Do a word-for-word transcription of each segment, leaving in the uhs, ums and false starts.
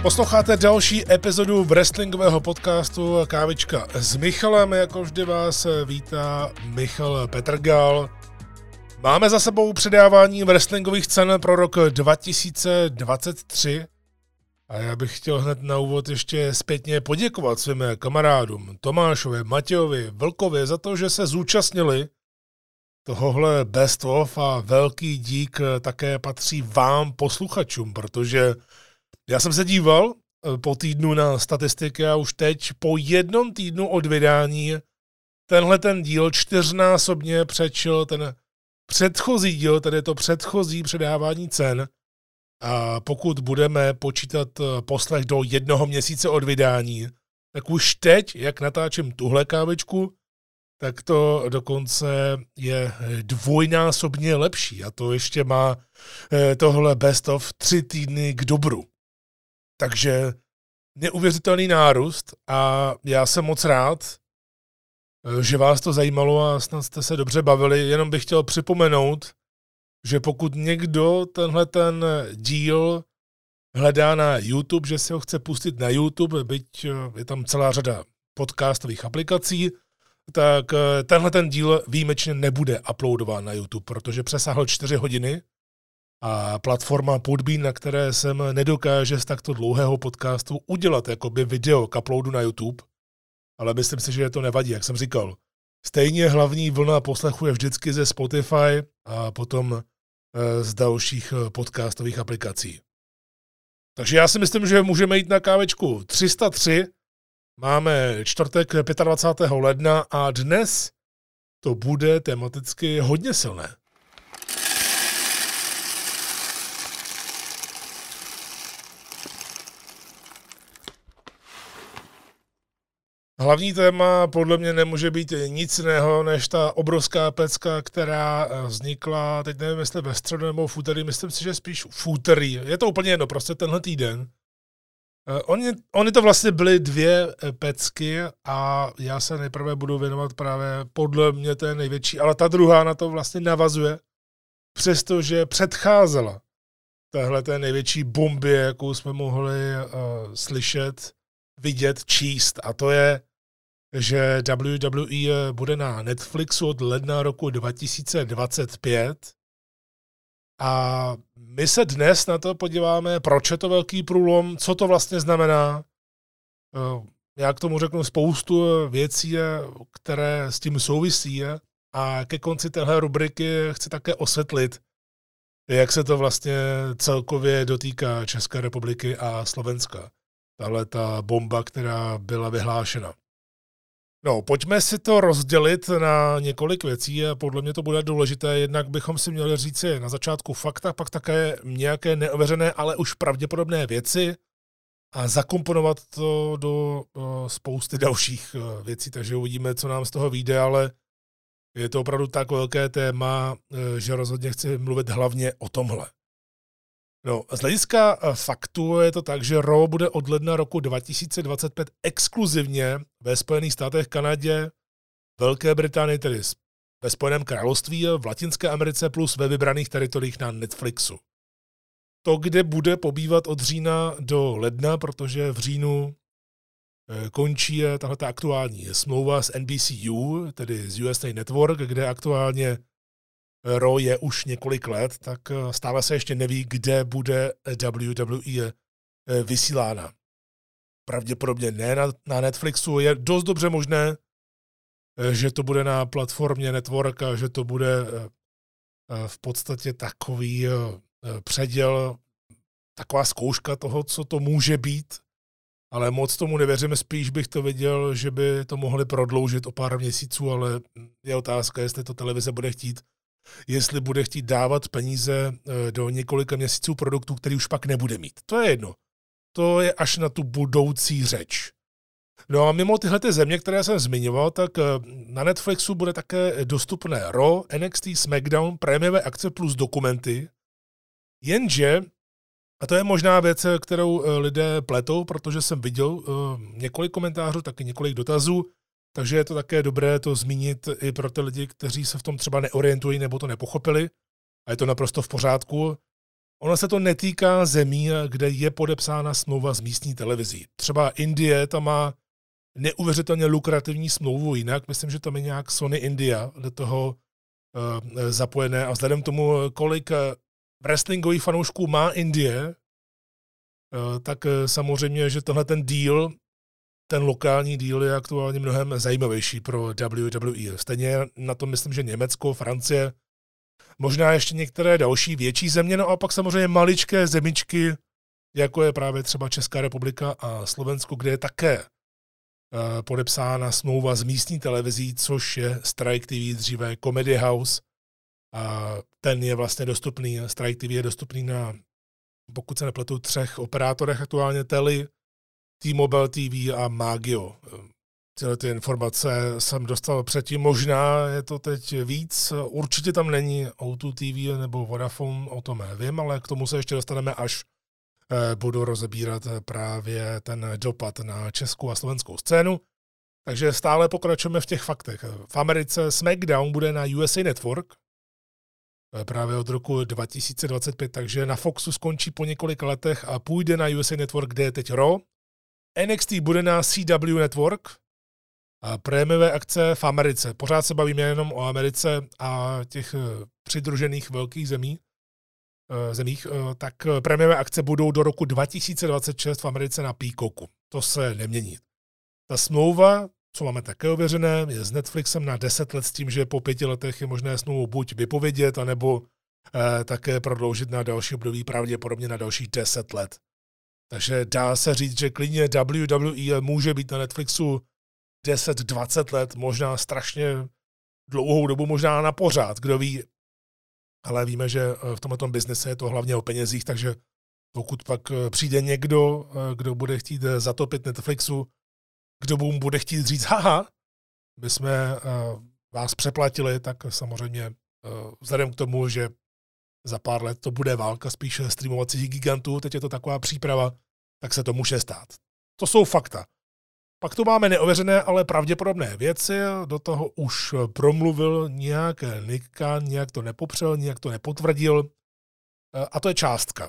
Posloucháte další epizodu wrestlingového podcastu Kávička s Michalem, jako vždy vás vítá Michal Petrgal. Máme za sebou předávání wrestlingových cen pro rok dva tisíce dvacet tři a já bych chtěl hned na úvod ještě zpětně poděkovat svým kamarádům Tomášovi, Matějovi, Vlkovi za to, že se zúčastnili tohohle best of, a velký dík také patří vám posluchačům, protože já jsem se díval po týdnu na statistiky a už teď po jednom týdnu od vydání tenhle ten díl čtyřnásobně přečil ten předchozí díl, tedy to předchozí předávání cen. A pokud budeme počítat poslech do jednoho měsíce od vydání, tak už teď, jak natáčím tuhle kávičku, tak to dokonce je dvojnásobně lepší. A to ještě má tohle best of tři týdny k dobru. Takže neuvěřitelný nárůst a já jsem moc rád, že vás to zajímalo a snad jste se dobře bavili. Jenom bych chtěl připomenout, že pokud někdo tenhle ten díl hledá na YouTube, že si ho chce pustit na YouTube, byť je tam celá řada podcastových aplikací, tak tenhle ten díl výjimečně nebude uploadován na YouTube, protože přesáhl čtyři hodiny a platforma Podbean, na které jsem, nedokáže z takto dlouhého podcastu udělat jakoby video k uploadu na YouTube, ale myslím si, že to nevadí, jak jsem říkal. Stejně hlavní vlna poslechu je vždycky ze Spotify a potom z dalších podcastových aplikací. Takže já si myslím, že můžeme jít na kávečku tři sta tři. Máme čtvrtek dvacátého pátého ledna a dnes to bude tematicky hodně silné. Hlavní téma podle mě nemůže být nic jiného, než ta obrovská pecka, která vznikla, teď nevím, jestli ve středu nebo v úterý, myslím si, že spíš v úterý. Je to úplně jedno, prostě tenhle týden. Oni, oni to vlastně byly dvě pecky a já se nejprve budu věnovat právě podle mě té největší, ale ta druhá na to vlastně navazuje, přestože předcházela téhle té největší bombě, jakou jsme mohli uh, slyšet, vidět, číst, a to je, že W W E bude na Netflixu od ledna roku dva tisíce dvacet pět a my se dnes na to podíváme, proč je to velký průlom, co to vlastně znamená. Já k tomu řeknu spoustu věcí, které s tím souvisí, a ke konci téhle rubriky chci také osvětlit, jak se to vlastně celkově dotýká České republiky a Slovenska. Tahle ta bomba, která byla vyhlášena. No, pojďme si to rozdělit na několik věcí a podle mě to bude důležité. Jednak bychom si měli říci na začátku fakta, pak také nějaké neověřené, ale už pravděpodobné věci a zakomponovat to do, do spousty dalších věcí, takže uvidíme, co nám z toho vyjde, ale je to opravdu tak velké téma, že rozhodně chci mluvit hlavně o tomhle. No, z hlediska faktu je to tak, že Raw bude od ledna roku dva tisíce dvacet pět exkluzivně ve Spojených státech, Kanadě, Velké Británii, tedy ve Spojeném království, v Latinské Americe plus ve vybraných teritoriích na Netflixu. To, kde bude pobývat od října do ledna, protože v říjnu končí tahleta aktuální smlouva s N B C U, tedy z U S A Network, kde aktuálně Raw je už několik let, tak stále se ještě neví, kde bude W W E vysílána. Pravděpodobně ne na, na Netflixu, je dost dobře možné, že to bude na platformě Network a že to bude v podstatě takový předěl, taková zkouška toho, co to může být, ale moc tomu nevěřím, spíš bych to viděl, že by to mohli prodloužit o pár měsíců, ale je otázka, jestli to televize bude chtít, jestli bude chtít dávat peníze do několika měsíců produktů, který už pak nebude mít. To je jedno. To je až na tu budoucí řeč. No a mimo tyhle země, které jsem zmiňoval, tak na Netflixu bude také dostupné Raw, N X T, SmackDown, prémiové akce plus dokumenty, jenže, a to je možná věc, kterou lidé pletou, protože jsem viděl několik komentářů, taky několik dotazů, takže je to také dobré to zmínit i pro ty lidi, kteří se v tom třeba neorientují nebo to nepochopili, a je to naprosto v pořádku. ono se to netýká zemí, kde je podepsána smlouva s místní televizí. Třeba Indie tam má neuvěřitelně lukrativní smlouvu jinak. Myslím, že tam je nějak Sony India do toho uh, zapojené. A vzhledem k tomu, kolik wrestlingových fanoušků má Indie, uh, tak uh, samozřejmě, že tenhle ten deal, ten lokální deal je aktuálně mnohem zajímavější pro W W E. Stejně na to myslím, že Německo, Francie, možná ještě některé další větší země, no a pak samozřejmě maličké zemičky, jako je právě třeba Česká republika a Slovensko, kde je také podepsána smlouva s místní televizí, což je Strike T V, dříve Comedy House. A ten je vlastně dostupný, Strike T V je dostupný na, pokud se nepletu, třech operátorech aktuálně, Teli, T-Mobile T V a Magio. Tyhle ty informace jsem dostal předtím, možná je to teď víc, určitě tam není O dva T V nebo Vodafone, o tom nevím, ale k tomu se ještě dostaneme, až budu rozebírat právě ten dopad na českou a slovenskou scénu. Takže stále pokračujeme v těch faktech. V Americe SmackDown bude na U S A Network právě od roku dva tisíce dvacet pět, takže na Foxu skončí po několika letech a půjde na U S A Network, kde je teď Raw. N X T bude na C W Network a prémiové akce v Americe. Pořád se bavíme jenom o Americe a těch přidružených velkých zemí. zemích, tak prémiové akce budou do roku dva tisíce dvacet šest v Americe na Peacocku. To se nemění. Ta smlouva, co máme také ověřené, je s Netflixem na deset let s tím, že po pěti letech je možné smlouvu buď vypovědět, anebo eh, také prodloužit na další období, pravděpodobně na další deset let. Takže dá se říct, že klidně W W E může být na Netflixu deset dvacet let, možná strašně dlouhou dobu, možná na pořád, kdo ví. Ale víme, že v tomto biznise je to hlavně o penězích, takže pokud pak přijde někdo, kdo bude chtít zatopit Netflixu, kdo mu bude chtít říct, haha, my jsme vás přeplatili, tak samozřejmě vzhledem k tomu, že za pár let to bude válka spíše streamovacích gigantů, teď je to taková příprava, tak se to může stát. To jsou fakta. Pak tu máme neověřené, ale pravděpodobné věci, do toho už promluvil nějak Nick Khan, nějak to nepopřel, nějak to nepotvrdil, a to je částka.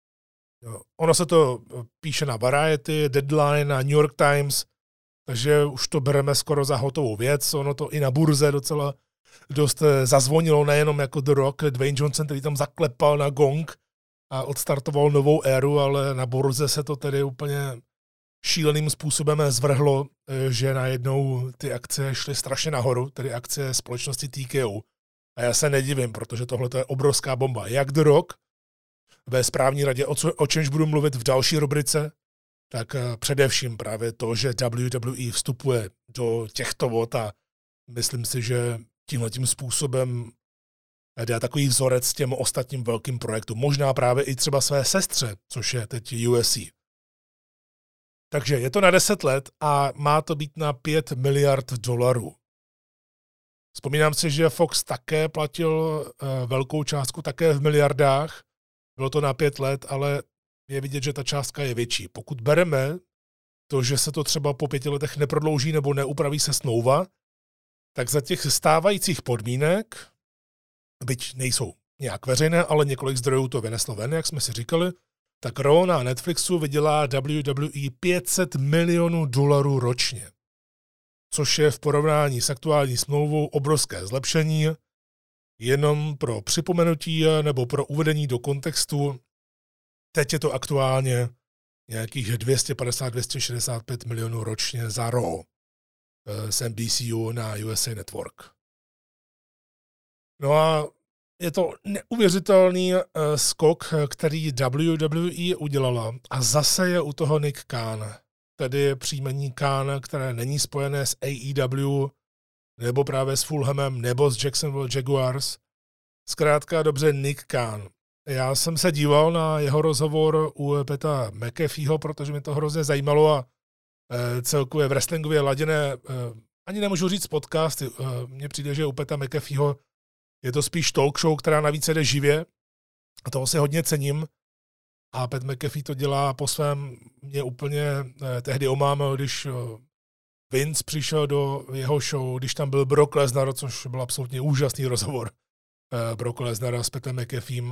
Ono se to píše na Variety, Deadline, na New York Times, takže už to bereme skoro za hotovou věc, ono to i na burze docela dost zazvonilo, nejenom jako The Rock, Dwayne Johnson, který tam zaklepal na gong a odstartoval novou éru, ale na burze se to tedy úplně šíleným způsobem zvrhlo, že najednou ty akcie šly strašně nahoru, tedy akcie společnosti T K O. A já se nedivím, protože tohle je obrovská bomba. Jak The Rock ve správní radě, o, co, o čemž budu mluvit v další rubrice, tak především právě to, že W W E vstupuje do těchto vod a myslím si, že tímhletím způsobem dá takový vzorec těm ostatním velkým projektům. Možná právě i třeba své sestře, což je teď U F C. Takže je to na deset let a má to být na pět miliard dolarů. Vzpomínám si, že Fox také platil uh, velkou částku, také v miliardách. Bylo to na pět let, ale je vidět, že ta částka je větší. Pokud bereme to, že se to třeba po pěti letech neprodlouží nebo neupraví se smlouva, tak za těch stávajících podmínek, byť nejsou nějak veřejné, ale několik zdrojů to vyneslo ven, jak jsme si říkali, tak Raw na Netflixu vydělá W W E pět set milionů dolarů ročně, což je v porovnání s aktuální smlouvou obrovské zlepšení. Jenom pro připomenutí nebo pro uvedení do kontextu, teď je to aktuálně nějakých dvě stě padesát až dvě stě šedesát pět milionů ročně za Raw z N B C U na U S A Network. No a je to neuvěřitelný skok, který W W E udělala. A zase je u toho Nick Khan, tedy příjmení Khan, které není spojené s A E W, nebo právě s Fulhamem, nebo s Jacksonville Jaguars. Zkrátka dobře Nick Khan. Já jsem se díval na jeho rozhovor u Peta McAfeeho, protože mě to hrozně zajímalo a e, celkově v wrestlingově laděné, e, ani nemůžu říct podcast, e, mně přijde, že u Peta McAfeeho je to spíš talk show, která navíc jde živě a toho si hodně cením. A Pat McAfee to dělá po svém, mě úplně eh, tehdy omámil, když eh, Vince přišel do jeho show, když tam byl Brock Lesnar, což byl absolutně úžasný rozhovor eh, Brock Lesnara s Patem McAfeem.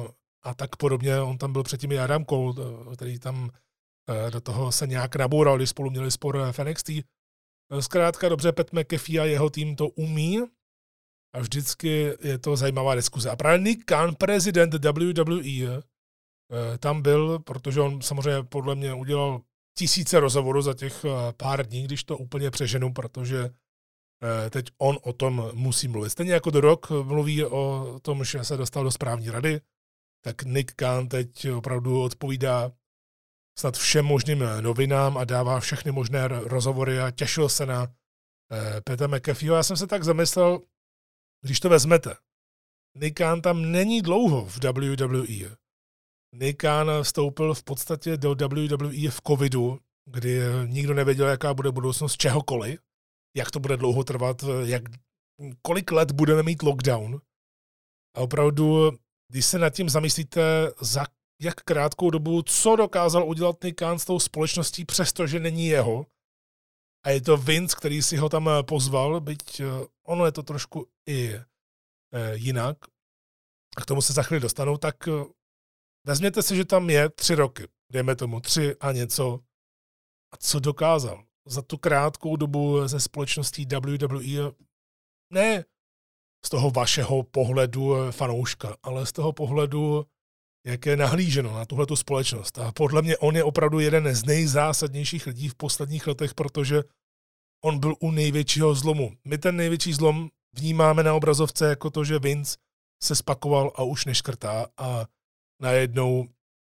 a tak podobně. On tam byl předtím i Adam Cole, který tam do toho se nějak naboural, když spolu měli spor v N X T. Zkrátka dobře, Pat McAfee a jeho tým to umí a vždycky je to zajímavá diskuze. A právě Nick Khan, prezident W W E, tam byl, protože on samozřejmě podle mě udělal tisíce rozhovorů za těch pár dní, když to úplně přeženu, protože teď on o tom musí mluvit. Stejně jako The Rock mluví o tom, že se dostal do správní rady, tak Nick Khan teď opravdu odpovídá snad všem možným novinám a dává všechny možné rozhovory a těšil se na eh, Peta McAfeeho. Já jsem se tak zamyslel, když to vezmete. Nick Khan tam není dlouho v W W E. Nick Khan vstoupil v podstatě do W W E v covidu, kdy nikdo nevěděl, jaká bude budoucnost čehokoliv, jak to bude dlouho trvat, jak, kolik let budeme mít lockdown. A opravdu, když se nad tím zamyslíte, za jak krátkou dobu, co dokázal udělat Nick Khan s tou společností, přestože není jeho. A je to Vince, který si ho tam pozval, byť ono je to trošku i jinak. A k tomu se za chvíli dostanou, tak vezměte si, že tam je tři roky, dejme tomu tři a něco. A co dokázal za tu krátkou dobu ze společností W W E? Ne z toho vašeho pohledu fanouška, ale z toho pohledu, jak je nahlíženo na tuhletu společnost. A podle mě on je opravdu jeden z nejzásadnějších lidí v posledních letech, protože on byl u největšího zlomu. My ten největší zlom vnímáme na obrazovce jako to, že Vince se spakoval a už neškrtá a najednou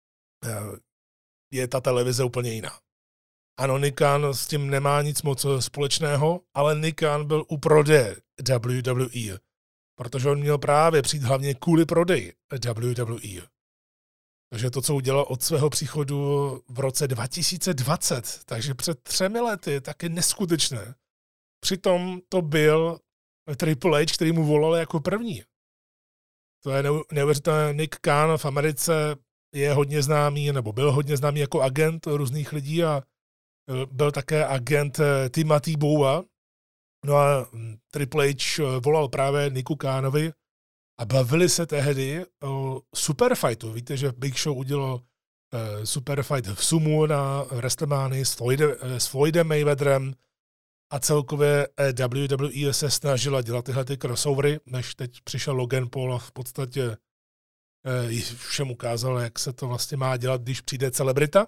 je ta televize úplně jiná. Ano, Nick Khan s tím nemá nic moc společného, ale Nick Khan byl u prodeje W W E, protože on měl právě přijít hlavně kvůli prodeji W W E. Takže to, co udělal od svého příchodu v roce dva tisíce dvacet, takže před třemi lety, tak je neskutečné. Přitom to byl Triple H, který mu volal jako první. To je neuvěřitelné. Nick Khan v Americe je hodně známý, nebo byl hodně známý jako agent různých lidí a byl také agent Timothy Bowa. No a Triple H volal právě Nicku Khanovi a bavili se tehdy o Superfightu. Víte, že Big Show udělal uh, Superfight v Sumu na WrestleManii s, Floyd, s Floydem Mayweatherem a celkově W W E se snažila dělat tyhle ty crossovery, než teď přišel Logan Paul a v podstatě uh, všem ukázal, jak se to vlastně má dělat, když přijde celebrita.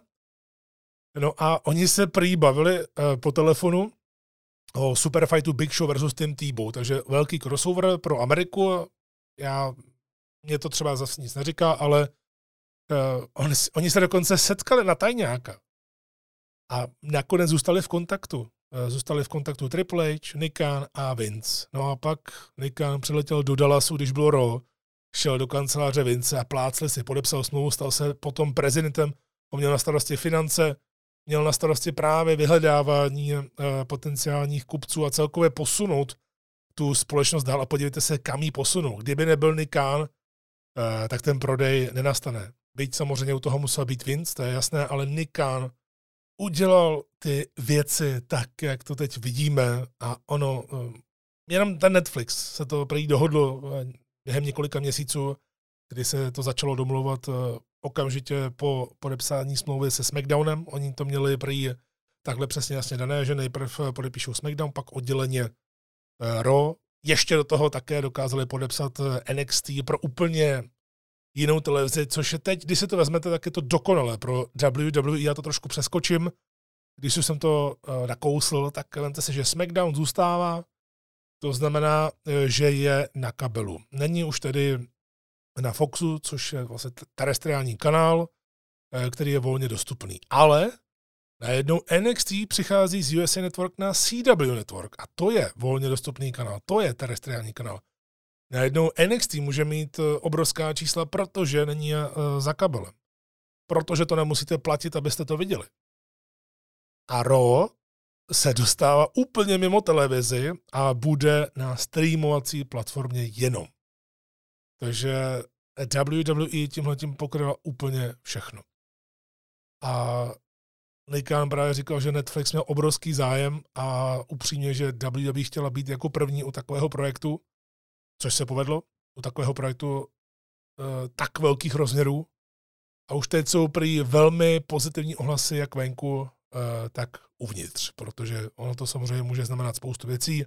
No a oni se prý bavili uh, po telefonu o Superfightu Big Show versus Tim Tebow, takže velký crossover pro Ameriku. Já, mě to třeba zase nic neříká, ale uh, oni, oni se dokonce setkali na tajňáka a nakonec zůstali v kontaktu. Uh, zůstali v kontaktu Triple H, Nick Khan a Vince. No a pak Nick Khan přiletěl do Dallasu, když bylo Raw, šel do kanceláře Vince a plácli si, podepsal smlouvu, stal se potom prezidentem, on měl na starosti finance, měl na starosti právě vyhledávání uh, potenciálních kupců a celkově posunout tu společnost dál a podívejte se, kam ji posunou. Kdyby nebyl Nick Khan, uh, tak ten prodej nenastane. Byť samozřejmě u toho musel být Vince, to je jasné, ale Nick Khan udělal ty věci tak, jak to teď vidíme a ono, uh, jenom ten Netflix se to prý dohodlo uh, během několika měsíců, kdy se to začalo domlouvat uh, okamžitě po podepsání smlouvy se SmackDownem. Oni to měli prý takhle přesně jasně dané, že nejprve podepíšou SmackDown, pak odděleně Raw. Ještě do toho také dokázali podepsat N X T pro úplně jinou televizi, což je teď, když si to vezmete, tak je to dokonalé pro W W E. Já to trošku přeskočím. Když jsem to nakousl, tak vemte si, že SmackDown zůstává, to znamená, že je na kabelu. Není už tedy na Foxu, což je vlastně terestriální kanál, který je volně dostupný. Ale najednou N X T přichází z U S A Network na C W Network a to je volně dostupný kanál, to je terestriální kanál. Najednou N X T může mít obrovská čísla, protože není za kabelem. Protože to nemusíte platit, abyste to viděli. A Raw se dostává úplně mimo televizi a bude na streamovací platformě jenom. Takže W W E tímhletím pokryla úplně všechno. A Nick Khan právě říkal, že Netflix měl obrovský zájem a upřímně, že W W E chtěla být jako první u takového projektu, což se povedlo. U takového projektu tak velkých rozměrů. A už teď jsou prý velmi pozitivní ohlasy jak venku, tak uvnitř, protože ono to samozřejmě může znamenat spoustu věcí.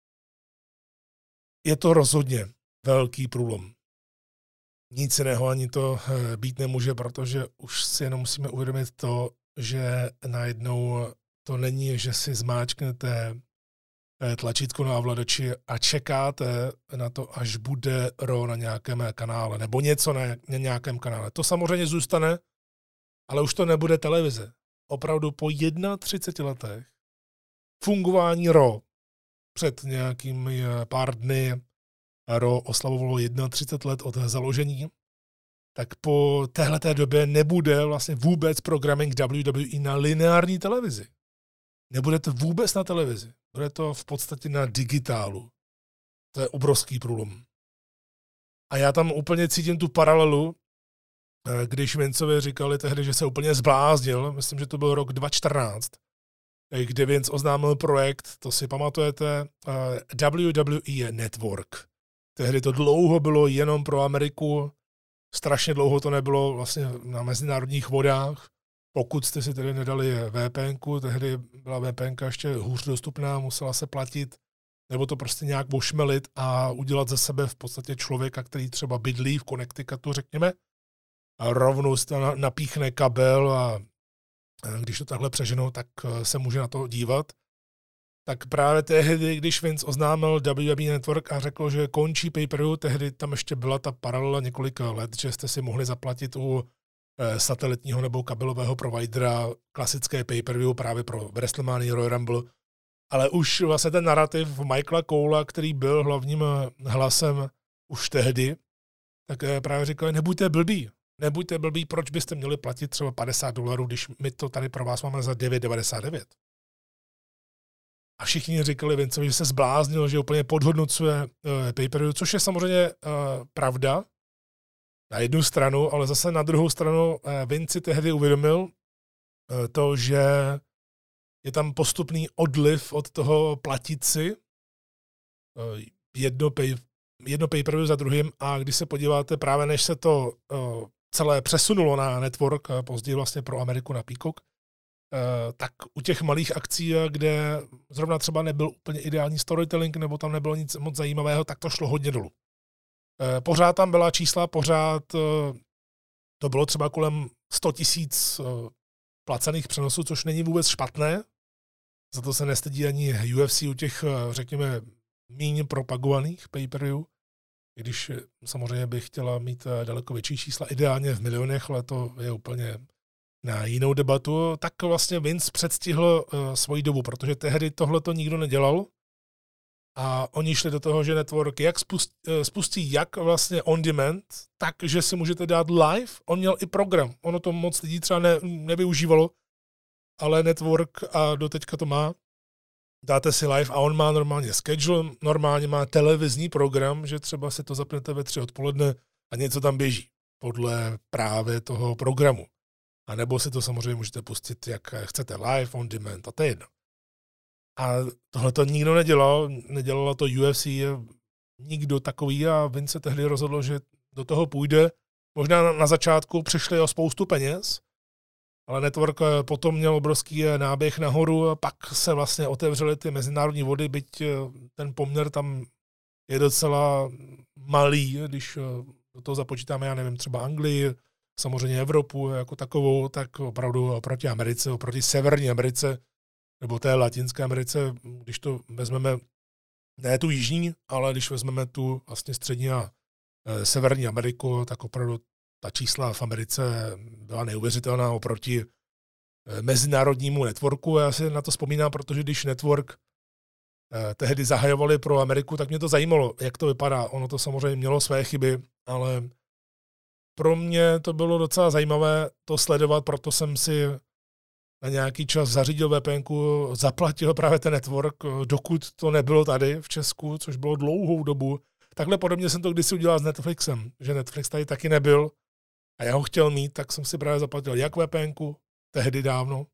Je to rozhodně velký průlom. Nic jiného ani to být nemůže, protože už si jenom musíme uvědomit to, že najednou to není, že si zmáčknete tlačítko na ovladači a čekáte na to, až bude R A W na nějakém kanále, nebo něco na nějakém kanále. To samozřejmě zůstane, ale už to nebude televize. Opravdu po třiceti jedna letech fungování R A W před nějakými pár dny R A W oslavovalo třicet jedna let od založení, tak po téhleté době nebude vlastně vůbec programming W W E na lineární televizi. Nebude to vůbec na televizi. Bude to v podstatě na digitálu. To je obrovský průlom. A já tam úplně cítím tu paralelu, když Vinceovi říkali tehdy, že se úplně zbláznil, myslím, že to byl rok dva tisíce čtrnáct, kdy Vince oznámil projekt, to si pamatujete, W W E Network. Tehdy to dlouho bylo jenom pro Ameriku, strašně dlouho to nebylo vlastně na mezinárodních vodách. Pokud jste si tedy nedali VPNku, tehdy byla VPNka ještě hůř dostupná, musela se platit, nebo to prostě nějak ošmelit a udělat ze sebe v podstatě člověka, který třeba bydlí v Connecticutu, řekněme, a rovnou se napíchne kabel a když to takhle přeženou, tak se může na to dívat. Tak právě tehdy, když Vince oznámil W W E Network a řekl, že končí pay-per-view, tehdy tam ještě byla ta paralela několika let, že jste si mohli zaplatit u satelitního nebo kabelového providera klasické pay-per-view právě pro WrestleMania, Royal Rumble, ale už vlastně ten narrativ Michaela Cola, který byl hlavním hlasem už tehdy, tak právě říkal, nebuďte blbí, nebuďte blbí, proč byste měli platit třeba padesát dolarů, když my to tady pro vás máme za devět devadesát devět. A všichni říkali Vincovi, že se zbláznil, že úplně podhodnocuje pay-per-view, což je samozřejmě uh, pravda, na jednu stranu, ale zase na druhou stranu Vinci tehdy uvědomil to, že je tam postupný odliv od toho platit si jedno, pay, jedno pay-per-view za druhým a když se podíváte právě, než se to celé přesunulo na network, později vlastně pro Ameriku na Peacock, tak u těch malých akcí, kde zrovna třeba nebyl úplně ideální storytelling nebo tam nebylo nic moc zajímavého, tak to šlo hodně dolů. Pořád tam byla čísla, pořád to bylo třeba kolem sto tisíc placených přenosů, což není vůbec špatné. Za to se nestydí ani U F C u těch, řekněme, míň propagovaných pay-per-view. I když samozřejmě bych chtěla mít daleko větší čísla, ideálně v milionech, ale to je úplně na jinou debatu. Tak vlastně Vince předstihl svoji dobu, protože tehdy tohle to nikdo nedělal. A oni šli do toho, že network jak spustí, spustí jak vlastně on demand, tak, že si můžete dát live. On měl i program. Ono to moc lidí třeba ne, nevyužívalo, ale network a doteďka to má. Dáte si live a on má normálně schedule, normálně má televizní program, že třeba si to zapnete ve tři odpoledne a něco tam běží podle právě toho programu. A nebo si to samozřejmě můžete pustit, jak chcete, live, on demand, a to je jedno. A tohle to nikdo nedělal, nedělala to U F C, nikdo takový a Vince tehdy rozhodl, že do toho půjde. Možná na začátku přišli o spoustu peněz, ale network potom měl obrovský náběh nahoru a pak se vlastně otevřely ty mezinárodní vody, byť ten poměr tam je docela malý, když do toho započítáme, já nevím, třeba Anglii, samozřejmě Evropu jako takovou, tak opravdu oproti Americe, oproti Severní Americe, nebo té Latinské Americe, když to vezmeme, ne tu jižní, ale když vezmeme tu vlastně střední a e, Severní Ameriku, tak opravdu ta čísla v Americe byla neuvěřitelná oproti e, mezinárodnímu networku. Já si na to vzpomínám, protože když network e, tehdy zahajovali pro Ameriku, tak mě to zajímalo, jak to vypadá. Ono to samozřejmě mělo své chyby, ale pro mě to bylo docela zajímavé to sledovat, proto jsem si na nějaký čas zařídil VPNku, zaplatil právě ten network, dokud to nebylo tady v Česku, což bylo dlouhou dobu. Takhle podobně jsem to kdysi udělal s Netflixem, že Netflix tady taky nebyl a já ho chtěl mít, tak jsem si právě zaplatil jak VPNku, tehdy dávno,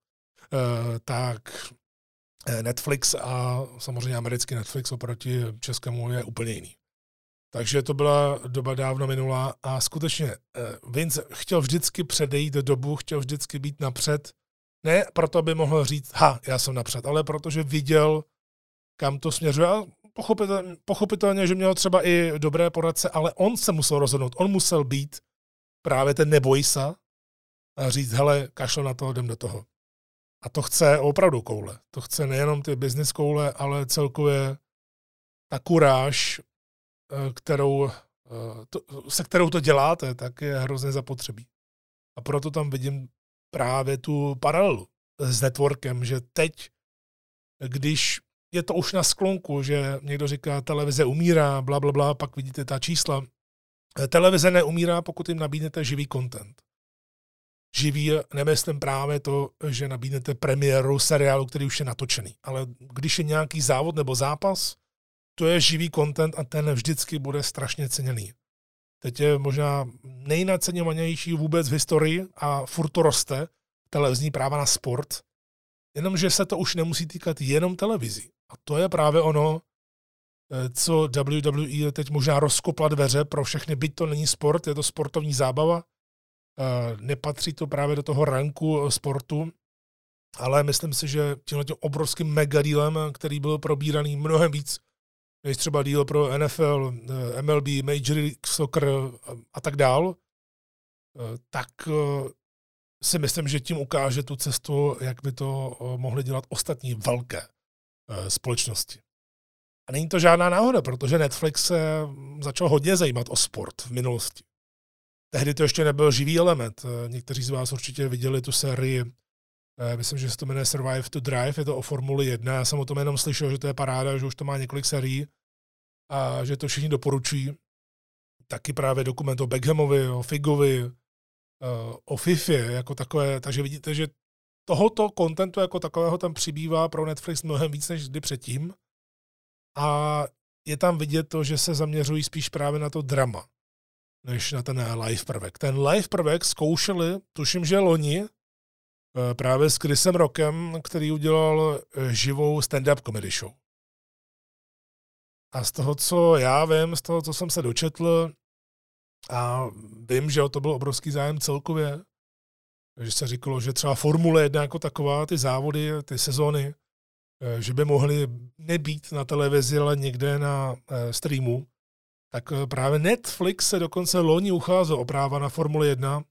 tak Netflix a samozřejmě americký Netflix oproti českému je úplně jiný. Takže to byla doba dávno minulá a skutečně Vince chtěl vždycky předejít dobu, chtěl vždycky být napřed. Ne proto, aby mohl říct, ha, já jsem napřed, ale protože viděl, kam to směřuje. A pochopitelně, pochopitelně, že měl třeba i dobré poradce, ale on se musel rozhodnout. On musel být právě ten neboj se a říct, hele, kašlo na to, jdem do toho. A to chce opravdu koule. To chce nejenom ty business koule, ale celkově ta kuráž, kterou, to, se kterou to děláte, tak je hrozně zapotřebí. A proto tam vidím právě tu paralelu s networkem, že teď, když je to už na sklonku, že někdo říká, televize umírá, bla, bla, bla, pak vidíte ta čísla. Televize neumírá, pokud jim nabídnete živý content. Živý, nemyslím právě to, že nabídnete premiéru seriálu, který už je natočený. Ale když je nějaký závod nebo zápas, to je živý content a ten vždycky bude strašně ceněný. Teď je možná nejnaceňovanější vůbec v historii a furt to roste, televizní práva na sport, jenomže se to už nemusí týkat jenom televizí. A to je právě ono, co W W E teď možná rozkopla dveře pro všechny, byť to není sport, je to sportovní zábava, nepatří to právě do toho ranku sportu, ale myslím si, že tímhletím obrovským megadílem, který byl probíraný mnohem víc, než třeba díl pro N F L, M L B, Major League Soccer a tak dál, tak si myslím, že tím ukáže tu cestu, jak by to mohly dělat ostatní velké společnosti. A není to žádná náhoda, protože Netflix se začal hodně zajímat o sport v minulosti. Tehdy to ještě nebyl živý element. Někteří z vás určitě viděli tu sérii, myslím, že se to jmenuje Survive to Drive, je to o Formuli jedna. Já jsem o tom jenom slyšel, že to je paráda, že už to má několik sérií a že to všichni doporučují. Taky právě dokument o Beckhamovi, o Figovi, o FIFA jako takové. Takže vidíte, že tohoto kontentu jako takového tam přibývá pro Netflix mnohem víc než kdy předtím. A je tam vidět to, že se zaměřují spíš právě na to drama, než na ten live prvek. Ten live prvek zkoušeli, tuším, že loni, právě s Chrisem Rockem, který udělal živou stand-up comedy show. A z toho, co já vím, z toho, co jsem se dočetl, a vím, že o to byl obrovský zájem celkově, že se říkalo, že třeba Formule jedna jako taková, ty závody, ty sezóny, že by mohly nebýt na televizi, ale někde na streamu, tak právě Netflix se dokonce loni ucházel o práva na Formule jedna.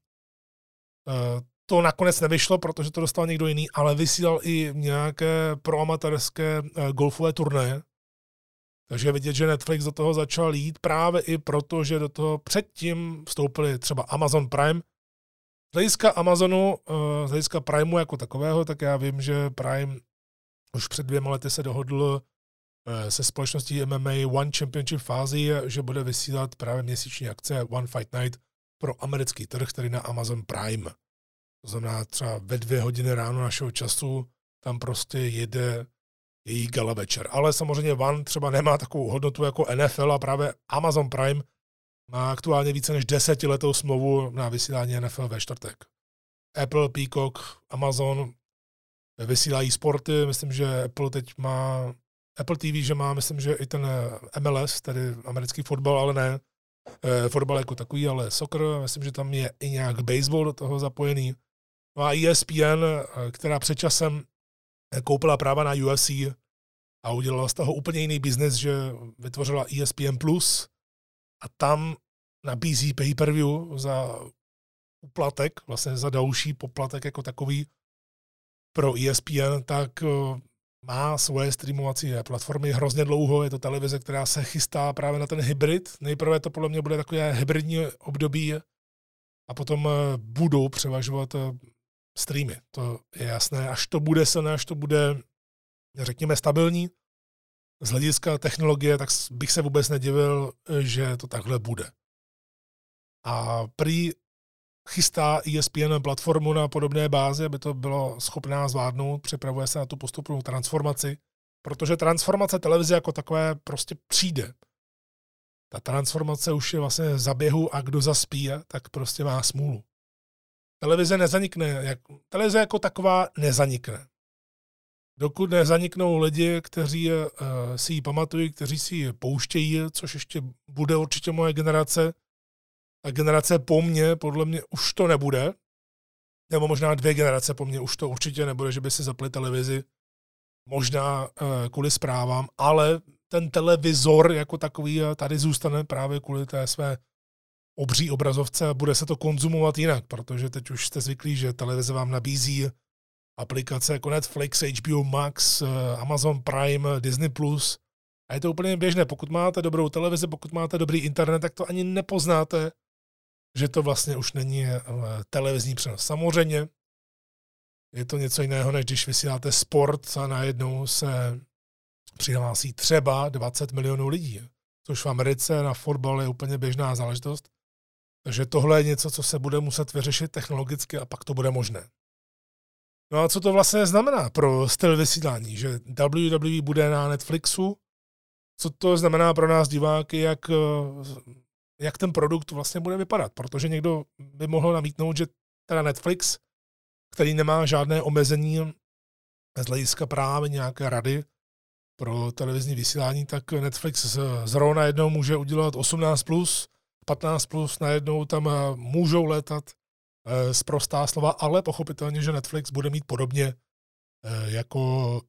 To nakonec nevyšlo, protože to dostal někdo jiný, ale vysílal i nějaké proamatérské golfové turnaje. Takže vidět, že Netflix do toho začal jít právě i proto, že do toho předtím vstoupili třeba Amazon Prime. Z hlediska Amazonu, z hlediska Primeu jako takového, tak já vím, že Prime už před dvěma lety se dohodl se společností M M A One Championship fázi, že bude vysílat právě měsíční akce One Fight Night pro americký trh, který na Amazon Prime. To znamená třeba ve dvě hodiny ráno našeho času tam prostě jede její gala večer. Ale samozřejmě One třeba nemá takovou hodnotu jako N F L a právě Amazon Prime má aktuálně více než desetiletou smlouvu na vysílání N F L ve čtvrtek. Apple, Peacock, Amazon vysílají sporty, myslím, že Apple teď má Apple T V, že má, myslím, že i ten M L S, tedy americký fotbal, ale ne e, fotbal jako takový, ale soccer, myslím, že tam je i nějak baseball do toho zapojený. No a E S P N, která před časem koupila práva na U F C a udělala z toho úplně jiný biznes, že vytvořila E S P N plus a tam nabízí pay-per-view za uplatek, vlastně za další poplatek jako takový pro E S P N, tak má svoje streamovací platformy hrozně dlouho, je to televize, která se chystá právě na ten hybrid. Nejprve to podle mě bude takové hybridní období a potom budou převažovat streamy. To je jasné, až to bude silné, až to bude, řekněme, stabilní z hlediska technologie, tak bych se vůbec nedivil, že to takhle bude. A prý chystá E S P N platformu na podobné bázi, aby to bylo schopná zvládnout, připravuje se na tu postupnou transformaci, protože transformace televize jako takové prostě přijde. Ta transformace už je vlastně za běhu a kdo zaspí, tak prostě má smůlu. Televize nezanikne, jak, televize jako taková nezanikne. dokud nezaniknou lidi, kteří uh, si ji pamatují, kteří si ji pouštějí, což ještě bude určitě moje generace, a generace po mně, podle mě už to nebude, nebo možná dvě generace po mně už to určitě nebude, že by si zapli televizi, možná uh, kvůli zprávám, ale ten televizor jako takový tady zůstane právě kvůli té své obří obrazovce a bude se to konzumovat jinak, protože teď už jste zvyklí, že televize vám nabízí aplikace jako Netflix, H B O Max, Amazon Prime, Disney plus. A je to úplně běžné. Pokud máte dobrou televizi, pokud máte dobrý internet, tak to ani nepoznáte, že to vlastně už není televizní přenos. Samozřejmě je to něco jiného, než když vysíláte sport a najednou se přihlásí třeba dvacet milionů lidí, což v Americe na fotbal je úplně běžná záležitost. Takže tohle je něco, co se bude muset vyřešit technologicky a pak to bude možné. No a co to vlastně znamená pro styl vysílání, že W W E bude na Netflixu? Co to znamená pro nás diváky, jak, jak ten produkt vlastně bude vypadat? Protože někdo by mohl namítnout, že teda Netflix, který nemá žádné omezení z hlediska právě nějaké rady pro televizní vysílání, tak Netflix zrovna jednou může udělat osmnáct plus, patnáct plus, najednou tam můžou létat sprostá slova, ale pochopitelně, že Netflix bude mít podobně jako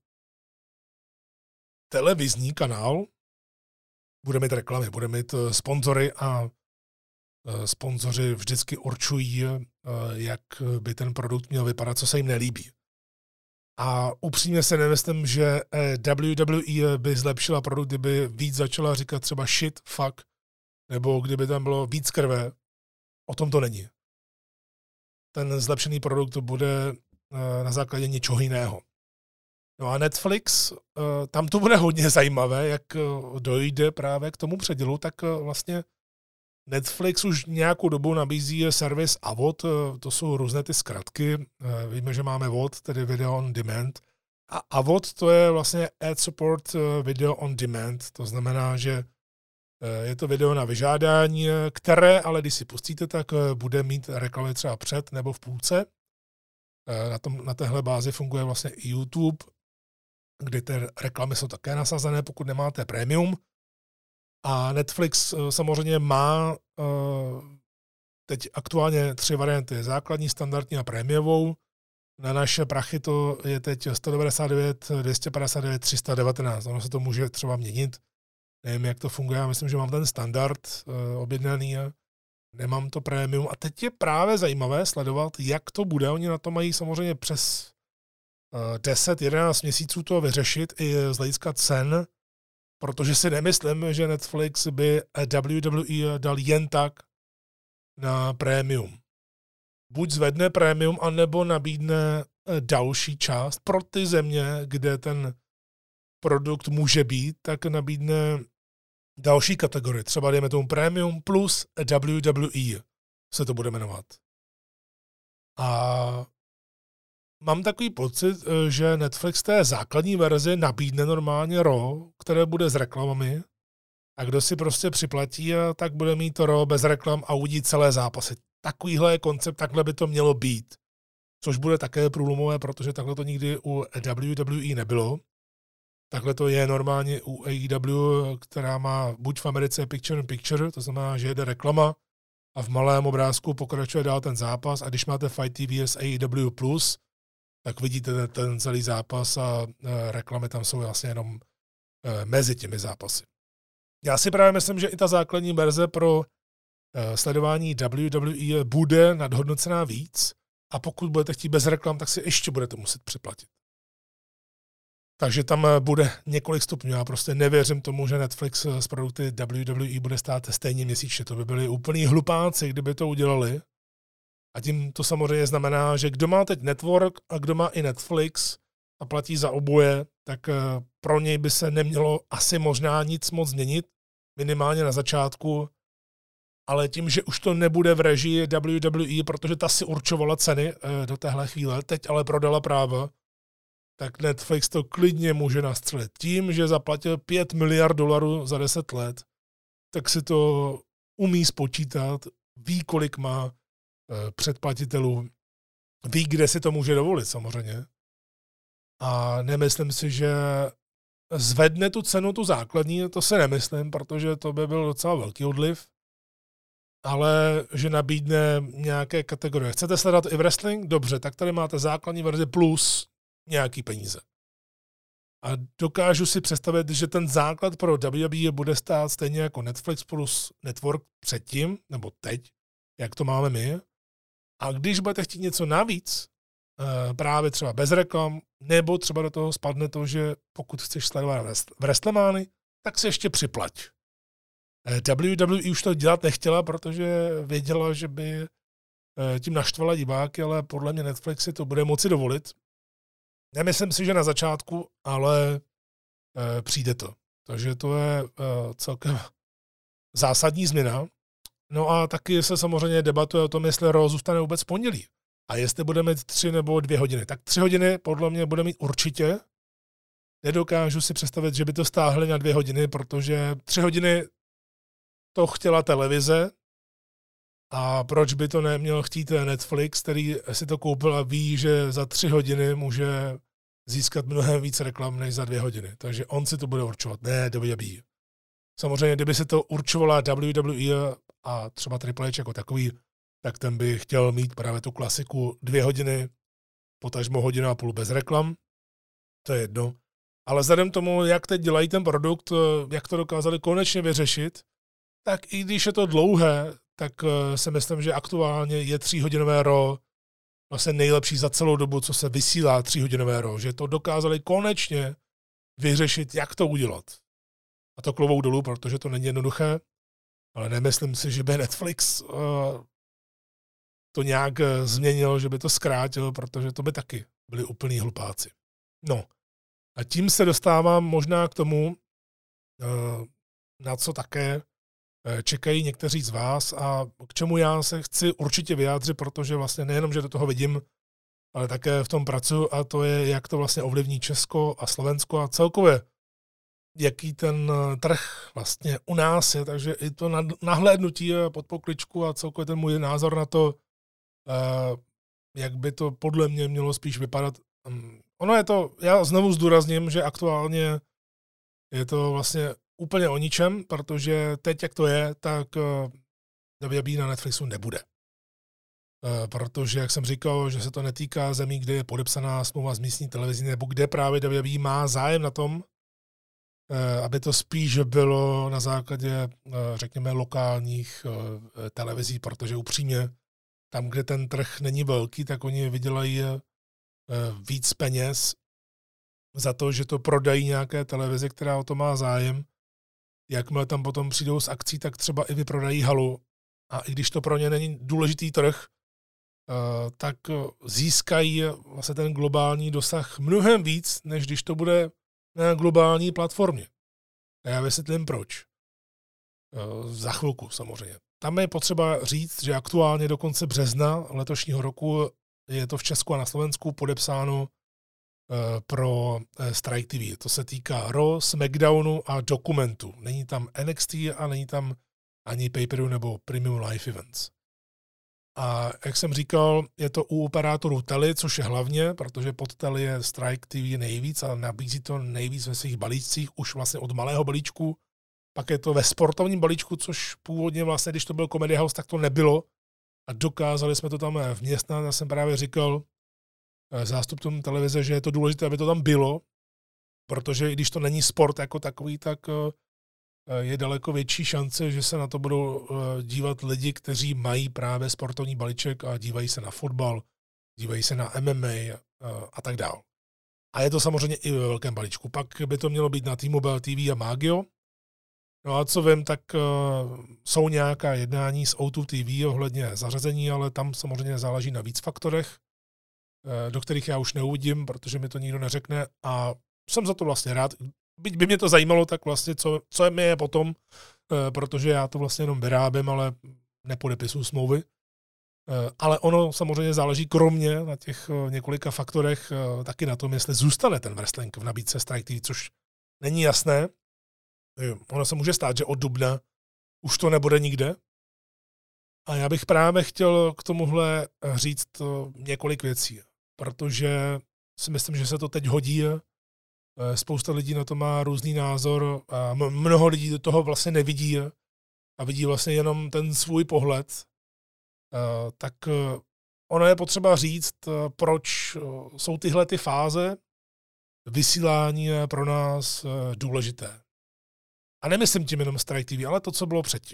televizní kanál, bude mít reklamy, bude mít sponzory a sponzoři vždycky určují, jak by ten produkt měl vypadat, co se jim nelíbí. A upřímně se nemyslím, že W W E by zlepšila produkt, kdyby víc začala říkat třeba shit, fuck, nebo kdyby tam bylo víc krve. O tom to není. Ten zlepšený produkt bude na základě něčeho jiného. No a Netflix, tam to bude hodně zajímavé, jak dojde právě k tomu předělu, tak vlastně Netflix už nějakou dobu nabízí servis A V O D, to jsou různé ty zkratky, víme, že máme V O D, tedy Video on Demand, a A V O D to je vlastně Ad Support Video on Demand, to znamená, že je to video na vyžádání, které, ale když si pustíte, tak bude mít reklamy třeba před nebo v půlce. Na, tom, na téhle bázi funguje vlastně i YouTube, kdy ty reklamy jsou také nasazené, pokud nemáte premium. A Netflix samozřejmě má teď aktuálně tři varianty. Základní, standardní a prémiovou. Na naše prachy to je teď sto devadesát devět, dvě stě padesát devět, tři sta devatenáct. Ono se to může třeba měnit. Nevím, jak to funguje. Já myslím, že mám ten standard objednaný. Nemám to prémium. A teď je právě zajímavé sledovat, jak to bude. Oni na to mají samozřejmě přes deset jedenáct měsíců to vyřešit i z hlediska cen, protože si nemyslím, že Netflix by W W E dal jen tak na prémium. Buď zvedne prémium, anebo nabídne další část pro ty země, kde ten produkt může být, tak nabídne další kategorii. Třeba dejme tomu Premium plus W W E se to bude jmenovat. A mám takový pocit, že Netflix té základní verzi nabídne normálně Raw, které bude s reklamami, a kdo si prostě připlatí, tak bude mít to Raw bez reklam a uvidí celé zápasy. Takovýhle je koncept, takhle by to mělo být. Což bude také průlomové, protože takhle to nikdy u W W E nebylo. Takhle to je normálně u A E W, která má buď v Americe picture in picture, to znamená, že jede reklama a v malém obrázku pokračuje dál ten zápas, a když máte Fight T V S A E W plus, tak vidíte ten, ten celý zápas a e, reklamy tam jsou vlastně jenom e, mezi těmi zápasy. Já si právě myslím, že i ta základní verze pro e, sledování W W E bude nadhodnocená víc, a pokud budete chtít bez reklam, tak si ještě budete muset připlatit. Takže tam bude několik stupňů. Já prostě nevěřím tomu, že Netflix z produkty W W E bude stát stejně měsíčně. To by byli úplný hlupáci, kdyby to udělali. A tím to samozřejmě znamená, že kdo má teď Network a kdo má i Netflix a platí za oboje, tak pro něj by se nemělo asi možná nic moc změnit, minimálně na začátku, ale tím, že už to nebude v režii W W E, protože ta si určovala ceny do téhle chvíle, teď ale prodala práva, tak Netflix to klidně může nastřelit. Tím, že zaplatil pět miliard dolarů za deset let, tak si to umí spočítat, ví, kolik má předplatitelů, ví, kde si to může dovolit samozřejmě. A nemyslím si, že zvedne tu cenu, tu základní, to si nemyslím, protože to by byl docela velký odliv, ale že nabídne nějaké kategorie. Chcete sledovat i wrestling? Dobře, tak tady máte základní verzi plus nějaký peníze. A dokážu si představit, že ten základ pro W W E bude stát stejně jako Netflix plus Network předtím, nebo teď, jak to máme my. A když budete chtít něco navíc, právě třeba bez reklam, nebo třeba do toho spadne to, že pokud chceš sledovat wrestlemány, tak se ještě připlať. W W E už to dělat nechtěla, protože věděla, že by tím naštvala diváky, ale podle mě Netflix si to bude moci dovolit. Nemyslím si, že na začátku, ale přijde to. Takže to je celkem zásadní změna. No a taky se samozřejmě debatuje o tom, jestli Raw zůstane vůbec pondělí. A jestli bude mít tři nebo dvě hodiny. Tak tři hodiny podle mě bude mít určitě. Nedokážu si představit, že by to stáhli na dvě hodiny, protože tři hodiny to chtěla televize. A proč by to neměl chtít Netflix, který si to koupil a ví, že za tři hodiny může získat mnohem víc reklam než za dvě hodiny. Takže on si to bude určovat, ne W W E. Samozřejmě, kdyby se to určovala W W E a třeba Triple H jako takový, tak ten by chtěl mít právě tu klasiku dvě hodiny, potažmo hodinu a půl bez reklam. To je jedno. Ale vzhledem tomu, jak teď dělají ten produkt, jak to dokázali konečně vyřešit, tak i když je to dlouhé, tak si myslím, že aktuálně je tříhodinové Raw vlastně nejlepší za celou dobu, co se vysílá tříhodinové Raw. Že to dokázali konečně vyřešit, jak to udělat. A to klobouk dolů, protože to není jednoduché, ale nemyslím si, že by Netflix uh, to nějak změnil, že by to zkrátil, protože to by taky byli úplní hlupáci. No a tím se dostávám možná k tomu, uh, na co také čekají někteří z vás a k čemu já se chci určitě vyjádřit, protože vlastně nejenom, že do toho vidím, ale také v tom pracuji a to je, jak to vlastně ovlivní Česko a Slovensko a celkově, jaký ten trh vlastně u nás je, takže i to nahlédnutí pod pokličku a celkově ten můj názor na to, jak by to podle mě mělo spíš vypadat. Ono je to, já znovu zdůrazním, že aktuálně je to vlastně úplně o ničem, protože teď, jak to je, tak W W E na Netflixu nebude. Protože, jak jsem říkal, že se to netýká zemí, kde je podepsaná smlouva z místní televizí, nebo kde právě W W E má zájem na tom, aby to spíš bylo na základě, řekněme, lokálních televizí, protože upřímně, tam, kde ten trh není velký, tak oni vydělají víc peněz za to, že to prodají nějaké televizi, která o to má zájem. Jakmile tam potom přijdou s akcí, tak třeba i vyprodají halu. A i když to pro ně není důležitý trh, tak získají vlastně ten globální dosah mnohem víc, než když to bude na globální platformě. A já vysvětlím proč. Za chvilku samozřejmě. Tam je potřeba říct, že aktuálně do konce března letošního roku je to v Česku a na Slovensku podepsáno pro Strike T V. To se týká Raw, SmackDownu a dokumentu. Není tam N X T a není tam ani pay-per-view nebo premium live events. A jak jsem říkal, je to u operátorů Tele, což je hlavně, protože pod Tele je Strike T V nejvíc a nabízí to nejvíc ve svých balíčcích, už vlastně od malého balíčku. Pak je to ve sportovním balíčku, což původně vlastně, když to byl Comedy House, tak to nebylo. A dokázali jsme to tam vměstnat. Já jsem právě říkal zástupcům televize, že je to důležité, aby to tam bylo, protože i když to není sport jako takový, tak je daleko větší šance, že se na to budou dívat lidi, kteří mají právě sportovní balíček a dívají se na fotbal, dívají se na M M A a tak dál. A je to samozřejmě i ve velkém balíčku. Pak by to mělo být na T-Mobile T V a Magio. No a co vím, tak jsou nějaká jednání s O dva T V ohledně zařazení, ale tam samozřejmě záleží na víc faktorech, do kterých já už neuvidím, protože mi to nikdo neřekne a jsem za to vlastně rád. Byť by mě to zajímalo, tak vlastně co, co mi je potom, protože já to vlastně jenom vyrábím, ale nepodepisuju smlouvy. Ale ono samozřejmě záleží kromě na těch několika faktorech taky na tom, jestli zůstane ten wrestling v nabídce Strike T V, což není jasné. Ono se může stát, že od dubna už to nebude nikde. A já bych právě chtěl k tomuhle říct několik věcí, protože si myslím, že se to teď hodí. Spousta lidí na to má různý názor a mnoho lidí do toho vlastně nevidí a vidí vlastně jenom ten svůj pohled. Tak ono je potřeba říct, proč jsou tyhle ty fáze vysílání pro nás důležité. A nemyslím tím jenom Strike T V, ale to, co bylo předtím.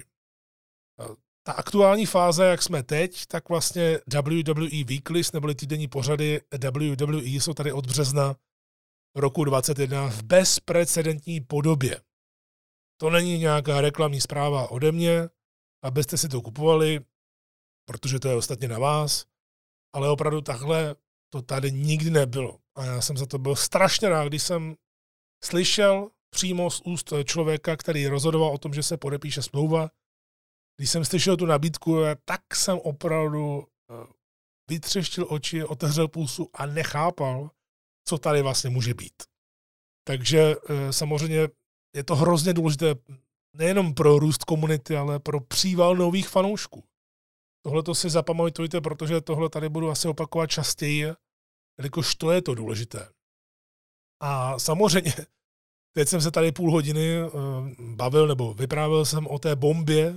Ta aktuální fáze, jak jsme teď, tak vlastně W W E Weeklies, neboli týdenní pořady W W E, jsou tady od března roku dvacet jedna v bezprecedentní podobě. To není nějaká reklamní zpráva ode mě, abyste si to kupovali, protože to je ostatně na vás, ale opravdu takhle to tady nikdy nebylo. A já jsem za to byl strašně rád, když jsem slyšel přímo z úst člověka, který rozhodoval o tom, že se podepíše smlouva. Když jsem slyšel tu nabídku, tak jsem opravdu vytřeštil oči, otevřel pulsu a nechápal, co tady vlastně může být. Takže samozřejmě je to hrozně důležité nejenom pro růst komunity, ale pro příval nových fanoušků. Tohle to si zapamatujte, protože tohle tady budu asi opakovat častěji, jelikož to je to důležité. A samozřejmě, teď jsem se tady půl hodiny bavil nebo vyprávěl jsem o té bombě,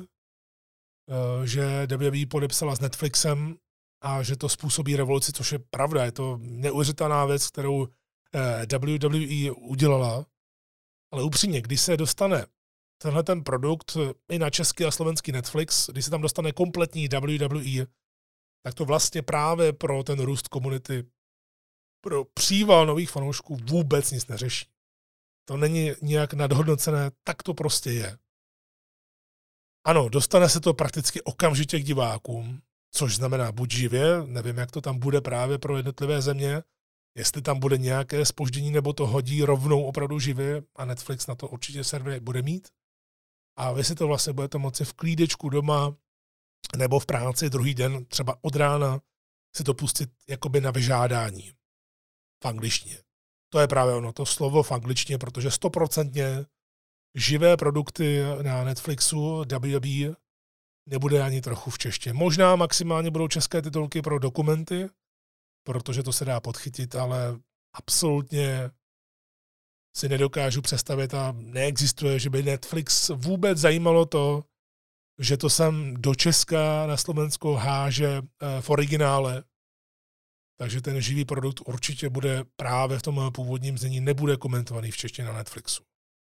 že W W E podepsala s Netflixem a že to způsobí revoluci, což je pravda. Je to neuvěřitelná věc, kterou W W E udělala. Ale upřímně, když se dostane tenhle ten produkt i na český a slovenský Netflix, když se tam dostane kompletní W W E, tak to vlastně právě pro ten růst komunity, pro příval nových fanoušků vůbec nic neřeší. To není nějak nadhodnocené, tak to prostě je. Ano, dostane se to prakticky okamžitě k divákům, což znamená buď živě, nevím, jak to tam bude právě pro jednotlivé země, jestli tam bude nějaké zpoždění, nebo to hodí rovnou opravdu živě a Netflix na to určitě server bude mít. A vy si to vlastně budete moci v klídečku doma nebo v práci druhý den, třeba od rána, si to pustit jakoby na vyžádání v angličtině. To je právě ono, to slovo v angličtině, protože stoprocentně živé produkty na Netflixu W W E nebude ani trochu v češtině. Možná maximálně budou české titulky pro dokumenty, protože to se dá podchytit, ale absolutně si nedokážu představit a neexistuje, že by Netflix vůbec zajímalo to, že to sem do Česka na Slovensko háže v originále. Takže ten živý produkt určitě bude právě v tom původním znění, nebude komentovaný v češtině na Netflixu.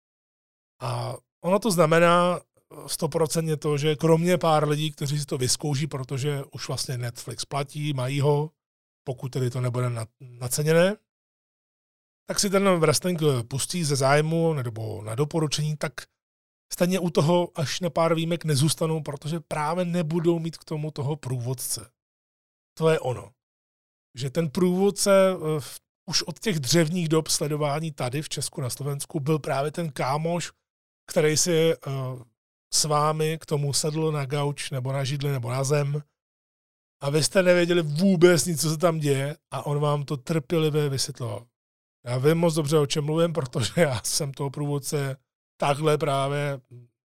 A ono to znamená stoprocentně to, že kromě pár lidí, kteří si to vyzkouší, protože už vlastně Netflix platí, mají ho, pokud tedy to nebude naceněné, tak si ten wrestling pustí ze zájmu nebo na doporučení, tak stejně u toho až na pár výjimek nezůstanou, protože právě nebudou mít k tomu toho průvodce. To je ono. Že ten průvodce v, už od těch dřevních dob sledování tady v Česku na Slovensku byl právě ten kámoš, který si uh, s vámi k tomu sedl na gauč nebo na židli nebo na zem a vy jste nevěděli vůbec nic, co se tam děje a on vám to trpělivě vysvětloval. Já vím moc dobře, o čem mluvím, protože já jsem toho průvodce takhle právě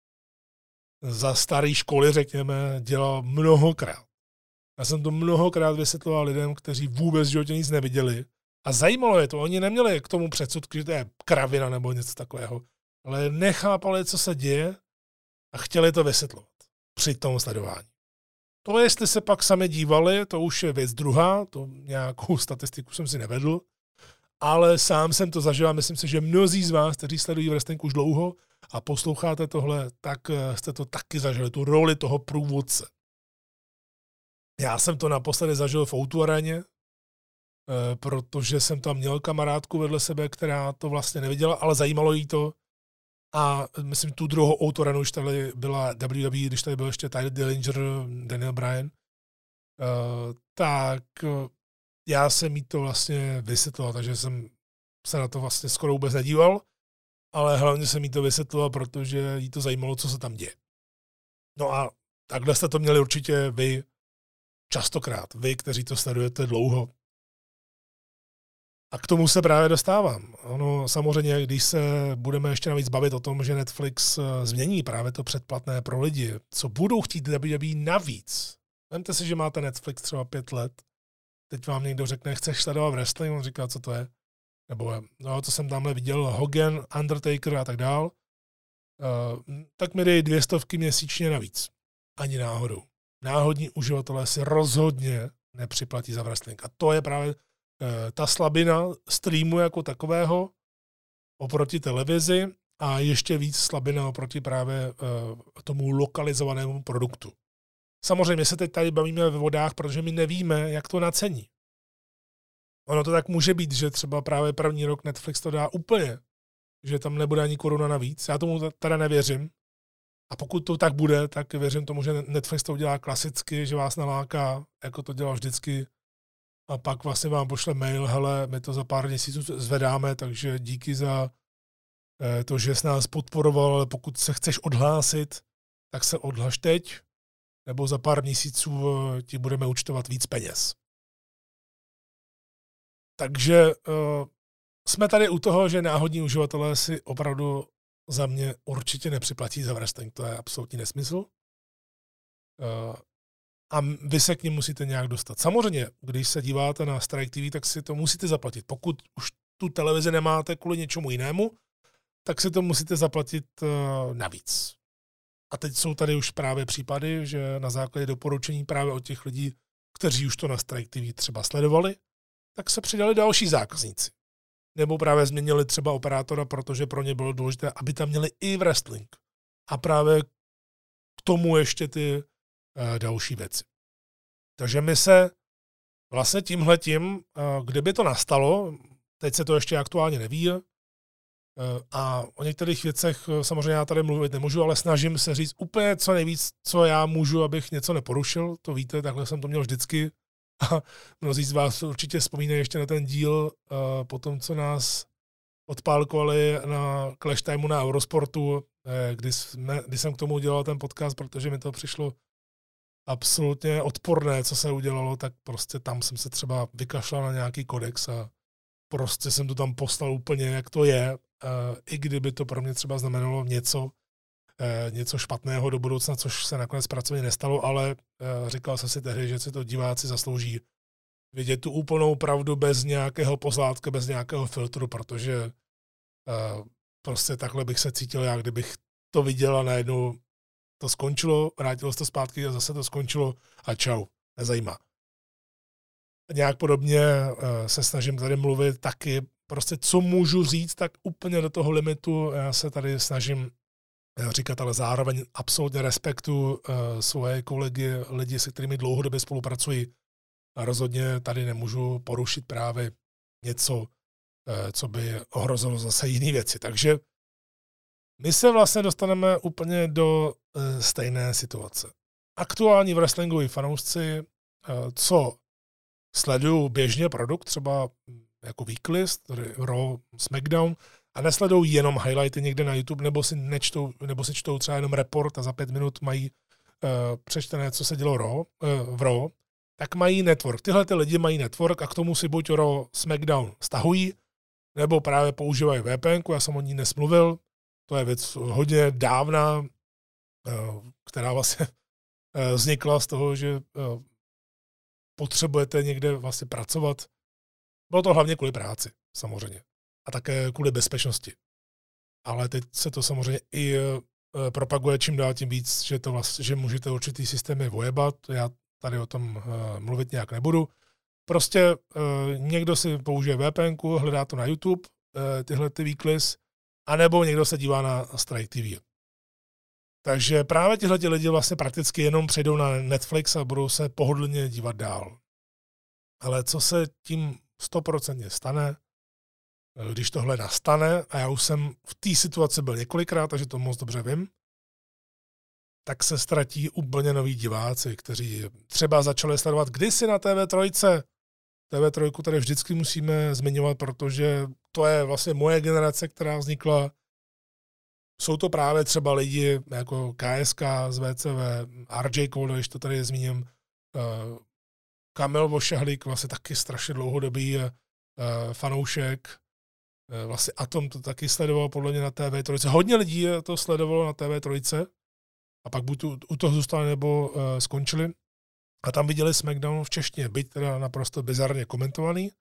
za staré školy, řekněme, dělal mnohokrát. Já jsem to mnohokrát vysvětloval lidem, kteří vůbec v životě nic neviděli. A zajímalo je to, oni neměli k tomu předsudky, že to je kravina nebo něco takového, ale nechápali, co se děje a chtěli to vysvětlovat při tom sledování. To, jestli se pak sami dívali, to už je věc druhá, to nějakou statistiku jsem si nevedl, ale sám jsem to zažil a myslím si, že mnozí z vás, kteří sledují wrestling už dlouho a posloucháte tohle, tak jste to taky zažili, tu roli toho průvodce. Já jsem to naposledy zažil v O dva aréně, protože jsem tam měl kamarádku vedle sebe, která to vlastně neviděla, ale zajímalo jí to. A myslím, tu druhou O dva arénu už tady byla W W E, když tady byl ještě Ty Dillinger, Daniel Bryan, tak já jsem jí to vlastně vysvětloval, takže jsem se na to vlastně skoro vůbec nedíval, ale hlavně jsem jí to vysvětloval, protože jí to zajímalo, co se tam děje. No a takhle jste to měli určitě vy častokrát, vy, kteří to sledujete dlouho. A k tomu se právě dostávám. Ono samozřejmě, když se budeme ještě navíc bavit o tom, že Netflix změní právě to předplatné pro lidi, co budou chtít W W E navíc. Vemte si, že máte Netflix třeba pět let teď vám někdo řekne, chceš sledovat wrestling, on říká, co to je. Nebo no, to jsem tamhle viděl, Hogan, Undertaker a tak dál. Uh, tak mi dej dvě stovky měsíčně navíc. Ani náhodou. Náhodní uživatelé si rozhodně nepřiplatí za wrestling. A to je právě uh, ta slabina streamu jako takového oproti televizi a ještě víc slabina oproti právě uh, tomu lokalizovanému produktu. Samozřejmě se teď tady bavíme ve vodách, protože my nevíme, jak to nacení. Ono to tak může být, že třeba právě první rok Netflix to dá úplně, že tam nebude ani koruna navíc. Já tomu teda nevěřím. A pokud to tak bude, tak věřím tomu, že Netflix to udělá klasicky, že vás naláká, jako to dělal vždycky. A pak vlastně vám pošle mail, hele, my to za pár měsíců zvedáme, takže díky za to, že jsi nás podporoval, ale pokud se chceš odhlásit, tak se odhlaš teď, nebo za pár měsíců ti budeme účtovat víc peněz. Takže uh, jsme tady u toho, že náhodní uživatelé si opravdu za mě určitě nepřiplatí za wrestling. To je absolutní nesmysl. Uh, a vy se k ním musíte nějak dostat. Samozřejmě, když se díváte na Strike T V, tak si to musíte zaplatit. Pokud už tu televizi nemáte kvůli něčemu jinému, tak si to musíte zaplatit uh, navíc. A teď jsou tady už právě případy, že na základě doporučení právě od těch lidí, kteří už to na Strike T V třeba sledovali, tak se přidali další zákazníci. Nebo právě změnili třeba operátora, protože pro ně bylo důležité, aby tam měli i wrestling. A právě k tomu ještě ty uh, další věci. Takže my se vlastně tímhletím, uh, kdyby to nastalo, teď se to ještě aktuálně neví, uh, a o některých věcech uh, samozřejmě já tady mluvit nemůžu, ale snažím se říct úplně co nejvíc, co já můžu, abych něco neporušil. To víte, takhle jsem to měl vždycky. A mnozí z vás určitě vzpomínají ještě na ten díl uh, po tom, co nás odpálkovali na Clash Timeu na Eurosportu, eh, kdy, jsme, kdy jsem k tomu udělal ten podcast, protože mi to přišlo absolutně odporné, co se udělalo, tak prostě tam jsem se třeba vykašlal na nějaký kodex a prostě jsem to tam poslal úplně, jak to je, uh, i kdyby to pro mě třeba znamenalo něco, Uh, něco špatného do budoucna, což se nakonec pracovně nestalo, ale uh, říkal jsem si tehdy, že si to diváci zaslouží vidět tu úplnou pravdu bez nějakého pozlátka, bez nějakého filtru, protože uh, prostě takhle bych se cítil já, kdybych to viděl a najednou to skončilo, vrátilo se to zpátky a zase to skončilo a čau, nezajímá. Nějak podobně uh, se snažím tady mluvit taky, prostě co můžu říct, tak úplně do toho limitu já se tady snažím říkat, ale zároveň absolutně respektuju uh, svoje kolegy, lidi, se kterými dlouhodobě spolupracuji. A rozhodně tady nemůžu porušit právě něco, uh, co by ohrozilo zase jiné věci. Takže my se vlastně dostaneme úplně do uh, stejné situace. Aktuální wrestlingoví fanoušci, uh, co sledují běžně produkt, třeba jako Weeklys, tedy Raw, SmackDown, a nesledují jenom highlighty někde na YouTube, nebo si nečtou, nebo si čtou třeba jenom report a za pět minut mají uh, přečtené, co se dělo Raw, uh, v Raw, tak mají network. Tyhle ty lidi mají network a k tomu si buď Raw, SmackDown stahují, nebo právě používají V P N ku, já jsem o ní nesmluvil, to je věc hodně dávná, uh, která vlastně uh, vznikla z toho, že uh, potřebujete někde vlastně pracovat. Bylo to hlavně kvůli práci, samozřejmě. A také kvůli bezpečnosti. Ale teď se to samozřejmě i e, propaguje čím dál tím víc, že, to vlastně, že můžete určitý systémy vojebat. Já tady o tom e, mluvit nějak nebudu. Prostě e, někdo si použije V P N ku, hledá to na YouTube, e, tyhle ty Weeklys, anebo někdo se dívá na Strike T V. Takže právě tihle lidi vlastně prakticky jenom přejdou na Netflix a budou se pohodlně dívat dál. Ale co se tím stoprocentně stane, když tohle nastane, a já už jsem v té situaci byl několikrát, takže to moc dobře vím, tak se ztratí úplně noví diváci, kteří třeba začali sledovat kdysi na T V tři. T V tři tady vždycky musíme zmiňovat, protože to je vlastně moje generace, která vznikla. Jsou to právě třeba lidi jako K S K z V C V, R J Cole, když to tady zmíním, Kamil Vošahlík, vlastně taky strašně dlouhodobý fanoušek. Vlastně Atom to taky sledoval podle mě na T V tři. Hodně lidí to sledovalo na T V tři a pak buď u toho zůstali nebo uh, skončili. A tam viděli SmackDown v češtině, byť teda naprosto bizarně komentovaný,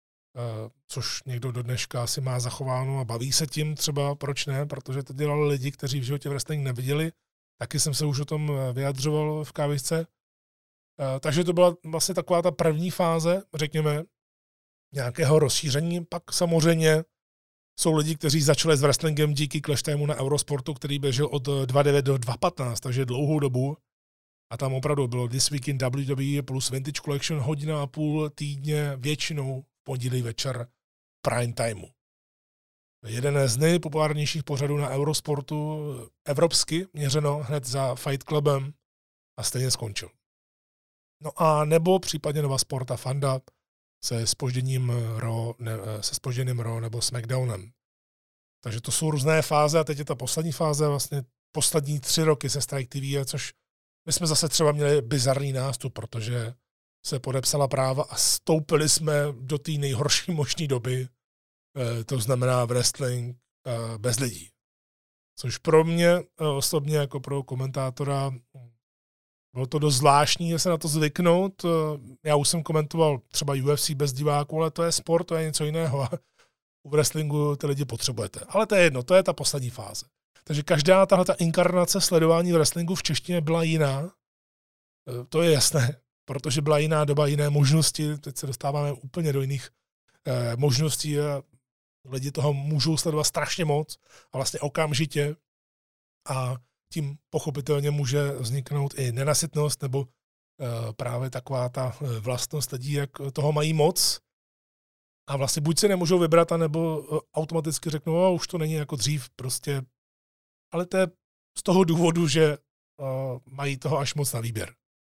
což někdo do dneška asi má zachováno a baví se tím třeba, proč ne, protože to dělali lidi, kteří v životě wrestling neviděli. Taky jsem se už o tom vyjadřoval v kávisce. Takže to byla vlastně taková ta první fáze, řekněme, nějakého rozšíření. Pak samozřejmě jsou lidi, kteří začali s wrestlingem díky Clash Timeu na Eurosportu, který běžel od dva devět do dva patnáct, takže dlouhou dobu. A tam opravdu bylo This Week in W W E plus Vintage Collection hodina a půl týdně, většinou pondělí večer prime timeu. Jeden z nejpopulárnějších pořadů na Eurosportu evropsky měřeno hned za Fight Clubem a stejně skončil. No a nebo případně Nova Sport a Fanda se zpožděním Raw, ne, se zpožděným Raw nebo SmackDownem. Takže to jsou různé fáze a teď je ta poslední fáze, vlastně poslední tři roky se Strike T V, což my jsme zase třeba měli bizarní nástup, protože se podepsala práva a stoupili jsme do té nejhorší možné doby, to znamená wrestling bez lidí. Což pro mě osobně jako pro komentátora bylo to dost zvláštní se na to zvyknout. Já už jsem komentoval třeba U F C bez diváků, ale to je sport, to je něco jiného a u wrestlingu ty lidi potřebujete. Ale to je jedno, to je ta poslední fáze. Takže každá tahle ta inkarnace sledování wrestlingu v češtině byla jiná. To je jasné, protože byla jiná doba, jiné možnosti. Teď se dostáváme úplně do jiných eh, možností a lidi toho můžou sledovat strašně moc a vlastně okamžitě a tím pochopitelně může vzniknout i nenasytnost nebo eh, právě taková ta vlastnost lidí, jak toho mají moc a vlastně buď se nemůžou vybrat, anebo automaticky řeknou, no, už to není jako dřív, prostě. Ale to je z toho důvodu, že uh, mají toho až moc na výběr.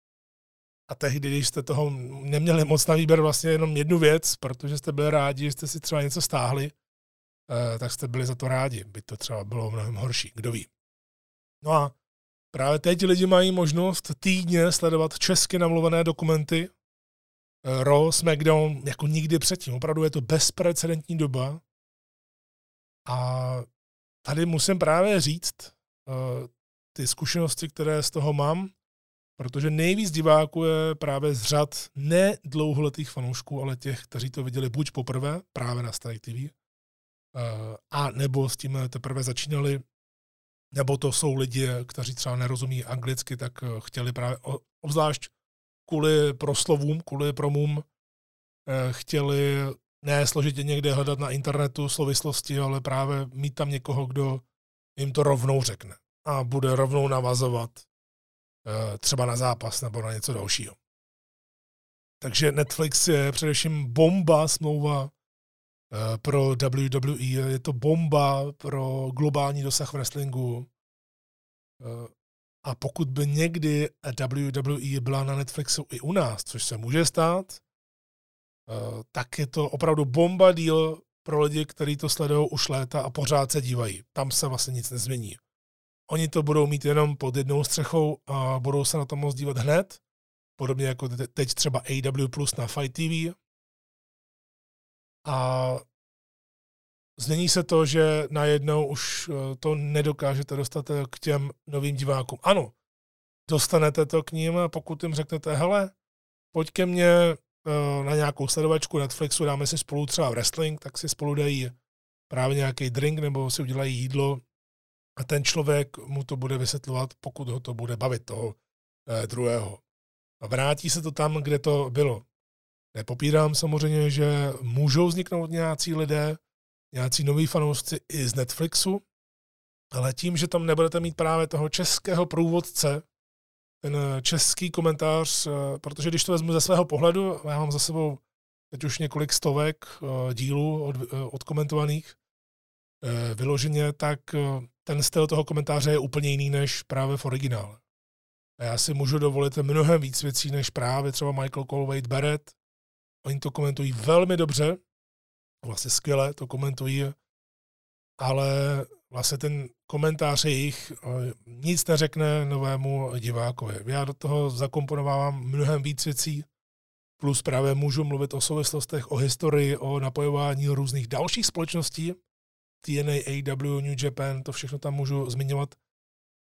A tehdy, když jste toho neměli moc na výběr vlastně jenom jednu věc, protože jste byli rádi, že jste si třeba něco stáhli, uh, tak jste byli za to rádi. By to třeba bylo mnohem horší, kdo ví. No a právě teď lidi mají možnost týdně sledovat česky namluvené dokumenty uh, Raw, SmackDown jako nikdy předtím. Opravdu je to bezprecedentní doba a tady musím právě říct uh, ty zkušenosti, které z toho mám, protože nejvíc diváků je právě z řad ne dlouholetých fanoušků, ale těch, kteří to viděli buď poprvé, právě na Strike T V, uh, a nebo s tím teprve začínali, nebo to jsou lidi, kteří třeba nerozumí anglicky, tak uh, chtěli právě, obzvlášť kvůli proslovům, kvůli promům, uh, chtěli ne složitě někde hledat na internetu souvislosti, ale právě mít tam někoho, kdo jim to rovnou řekne a bude rovnou navazovat třeba na zápas nebo na něco dalšího. Takže Netflix je především bomba smlouva pro W W E, je to bomba pro globální dosah wrestlingu a pokud by někdy W W E byla na Netflixu i u nás, což se může stát, tak je to opravdu bomba deal pro lidi, kteří to sledují už léta a pořád se dívají. Tam se vlastně nic nezmění. Oni to budou mít jenom pod jednou střechou a budou se na to moct dívat hned, podobně jako teď třeba A W plus na Fight T V. A změní se to, že najednou už to nedokážete dostat k těm novým divákům. Ano, dostanete to k ním a pokud jim řeknete, hele, pojď ke mně na nějakou sledovačku Netflixu, dáme si spolu třeba wrestling, tak si spolu dají právě nějaký drink nebo si udělají jídlo a ten člověk mu to bude vysvětlovat, pokud ho to bude bavit, toho eh, druhého. A vrátí se to tam, kde to bylo. Nepopírám samozřejmě, že můžou vzniknout nějací lidé, nějací noví fanoušci i z Netflixu, ale tím, že tam nebudete mít právě toho českého průvodce, ten český komentář, protože když to vezmu ze svého pohledu, já mám za sebou teď už několik stovek dílů od, odkomentovaných vyloženě, tak ten styl toho komentáře je úplně jiný než právě v originále. A já si můžu dovolit mnohem víc věcí než právě třeba Michael Cole, Wade Barrett. Oni to komentují velmi dobře, vlastně skvěle to komentují, ale vlastně ten komentář jejich nic neřekne novému divákovi. Já do toho zakomponovávám mnohem víc věcí, plus právě můžu mluvit o souvislostech, o historii, o napojování různých dalších společností, T N A, A W, New Japan, to všechno tam můžu zmiňovat.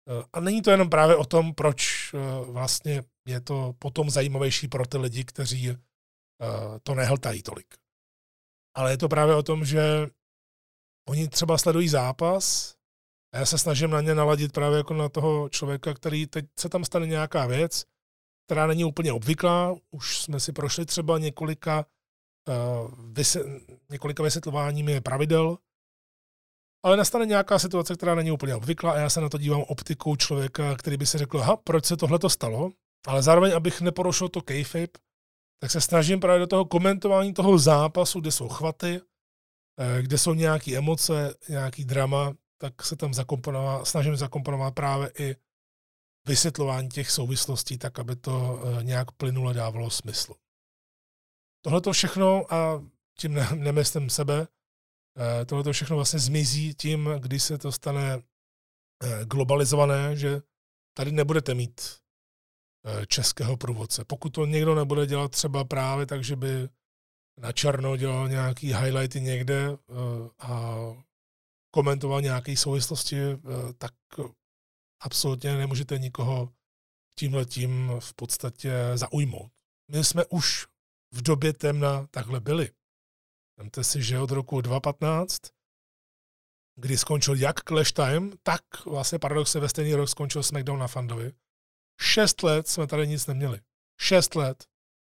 A není to jenom právě o tom, proč vlastně je to potom zajímavější pro ty lidi, kteří to nehltají tolik. Ale je to právě o tom, že oni třeba sledují zápas a já se snažím na ně naladit právě jako na toho člověka, který teď se tam stane nějaká věc, která není úplně obvyklá. Už jsme si prošli třeba několika, uh, vysě- několika vysvětlováními pravidel, ale nastane nějaká situace, která není úplně obvyklá a já se na to dívám optikou člověka, který by si řekl, aha, proč se tohle to stalo, ale zároveň, abych neporušil to kayfabe, tak se snažím právě do toho komentování toho zápasu, kde jsou chvaty, kde jsou nějaké emoce, nějaký drama, tak se tam zakomponovat, snažím zakomponovat právě i vysvětlování těch souvislostí, tak aby to nějak plynule dávalo smysl. Tohle to všechno, a tím ne, nemyslím sebe, tohle to všechno vlastně zmizí tím, když se to stane globalizované, že tady nebudete mít českého průvodce. Pokud to někdo nebude dělat třeba právě tak, že by na černo dělal nějaký highlighty někde a komentoval nějaké souvislosti, tak absolutně nemůžete nikoho tímhletím v podstatě zaujmout. My jsme už v době temna takhle byli. Vemte si, že od roku dva tisíce patnáct, kdy skončil jak Clash Time, tak vlastně paradoxně ve stejný rok skončil SmackDown na Fandovi. Šest let jsme tady nic neměli. Šest let.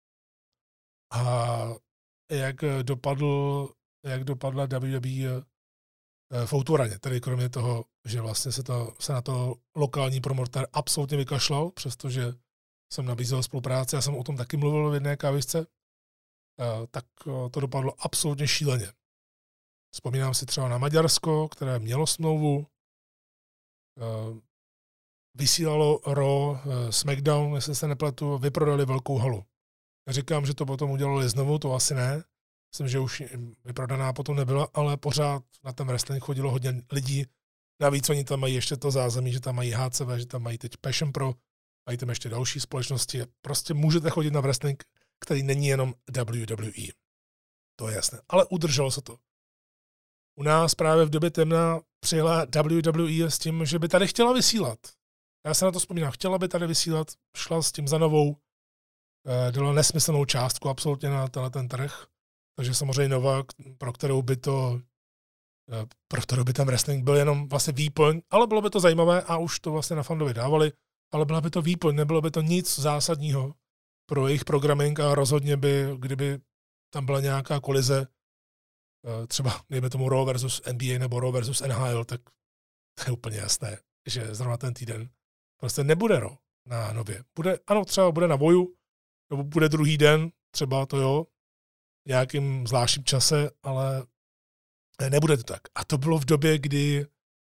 A jak dopadl, jak dopadla W W E v Outuraně, tedy kromě toho, že vlastně se, to, se na to lokální promotor absolutně vykašlal, přestože jsem nabízel spolupráci, já jsem o tom taky mluvil v jedné kávisce, tak to dopadlo absolutně šíleně. Vzpomínám si třeba na Maďarsko, které mělo smlouvu, vysílalo Raw, SmackDown, jestli se nepletu, vyprodali velkou halu. Já říkám, že to potom udělali znovu, to asi ne. Myslím, že už vyprodaná potom nebyla, ale pořád na ten wrestling chodilo hodně lidí. Navíc oni tam mají ještě to zázemí, že tam mají H C V, že tam mají teď Passion Pro, mají tam ještě další společnosti. Prostě můžete chodit na wrestling, který není jenom W W E. To je jasné. Ale udrželo se to. U nás právě v době temna přijela W W E s tím, že by tady chtěla vysílat. Já se na to vzpomínám. Chtěla by tady vysílat, šla s tím za novou, dala nesmyslnou částku absolutně na tenhle ten trh. Takže samozřejmě Nova, pro kterou by to, pro kterou by ten wrestling byl jenom vlastně výplň, ale bylo by to zajímavé a už to vlastně na Fandovi dávali, ale byla by to výplň, nebylo by to nic zásadního pro jejich programming a rozhodně by, kdyby tam byla nějaká kolize, třeba dejme tomu Raw versus N B A nebo Raw versus N H L, tak to je úplně jasné, že zrovna ten týden prostě nebude Raw na Nově. Bude, ano, třeba bude na Voju, nebo bude druhý den, třeba to jo, v nějakým zvláštním čase, ale nebude to tak. A to bylo v době, kdy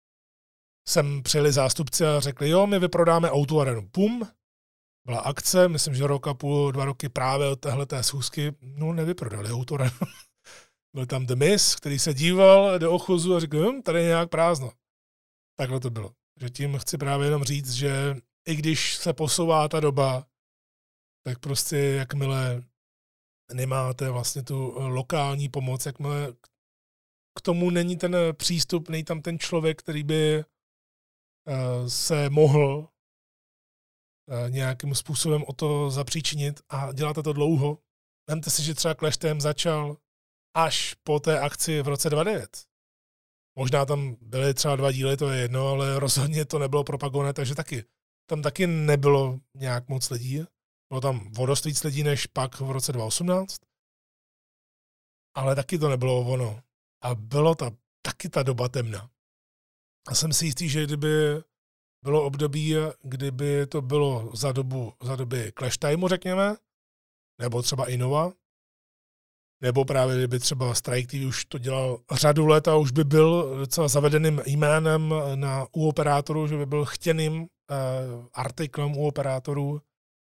sem přijeli zástupci a řekli, jo, my vyprodáme Outu Arenu. Pum, byla akce, myslím, že rok a půl, dva roky právě od téhleté schůzky, no nevyprodali Outu Arenu. Byl tam The Miz, který se díval do ochozu a řekl, hm, tady je nějak prázdno. Takhle to bylo. Že tím chci právě jenom říct, že i když se posouvá ta doba, tak prostě jakmile nemáte vlastně tu lokální pomoc, jakmile k tomu není ten přístup, není tam ten člověk, který by se mohl nějakým způsobem o to zapříčinit a děláte to dlouho. Vemte si, že třeba Clash Time začal až po té akci v roce dva tisíce devět. Možná tam byly třeba dva díly, to je jedno, ale rozhodně to nebylo propagované, takže taky. Tam taky nebylo nějak moc lidí. Bylo tam o dost víc lidí než pak v roce dva tisíce osmnáct. Ale taky to nebylo ono. A bylo ta, taky ta doba temna. A jsem si jistý, že kdyby bylo období, kdyby to bylo za dobu, za doby Clash Timeu, řekněme, nebo třeba i Nova, nebo právě kdyby třeba Strike T V už to dělal řadu let a už by byl docela zavedeným jménem na, u operátorů, že by byl chtěným uh, artiklem u operátorů, uh,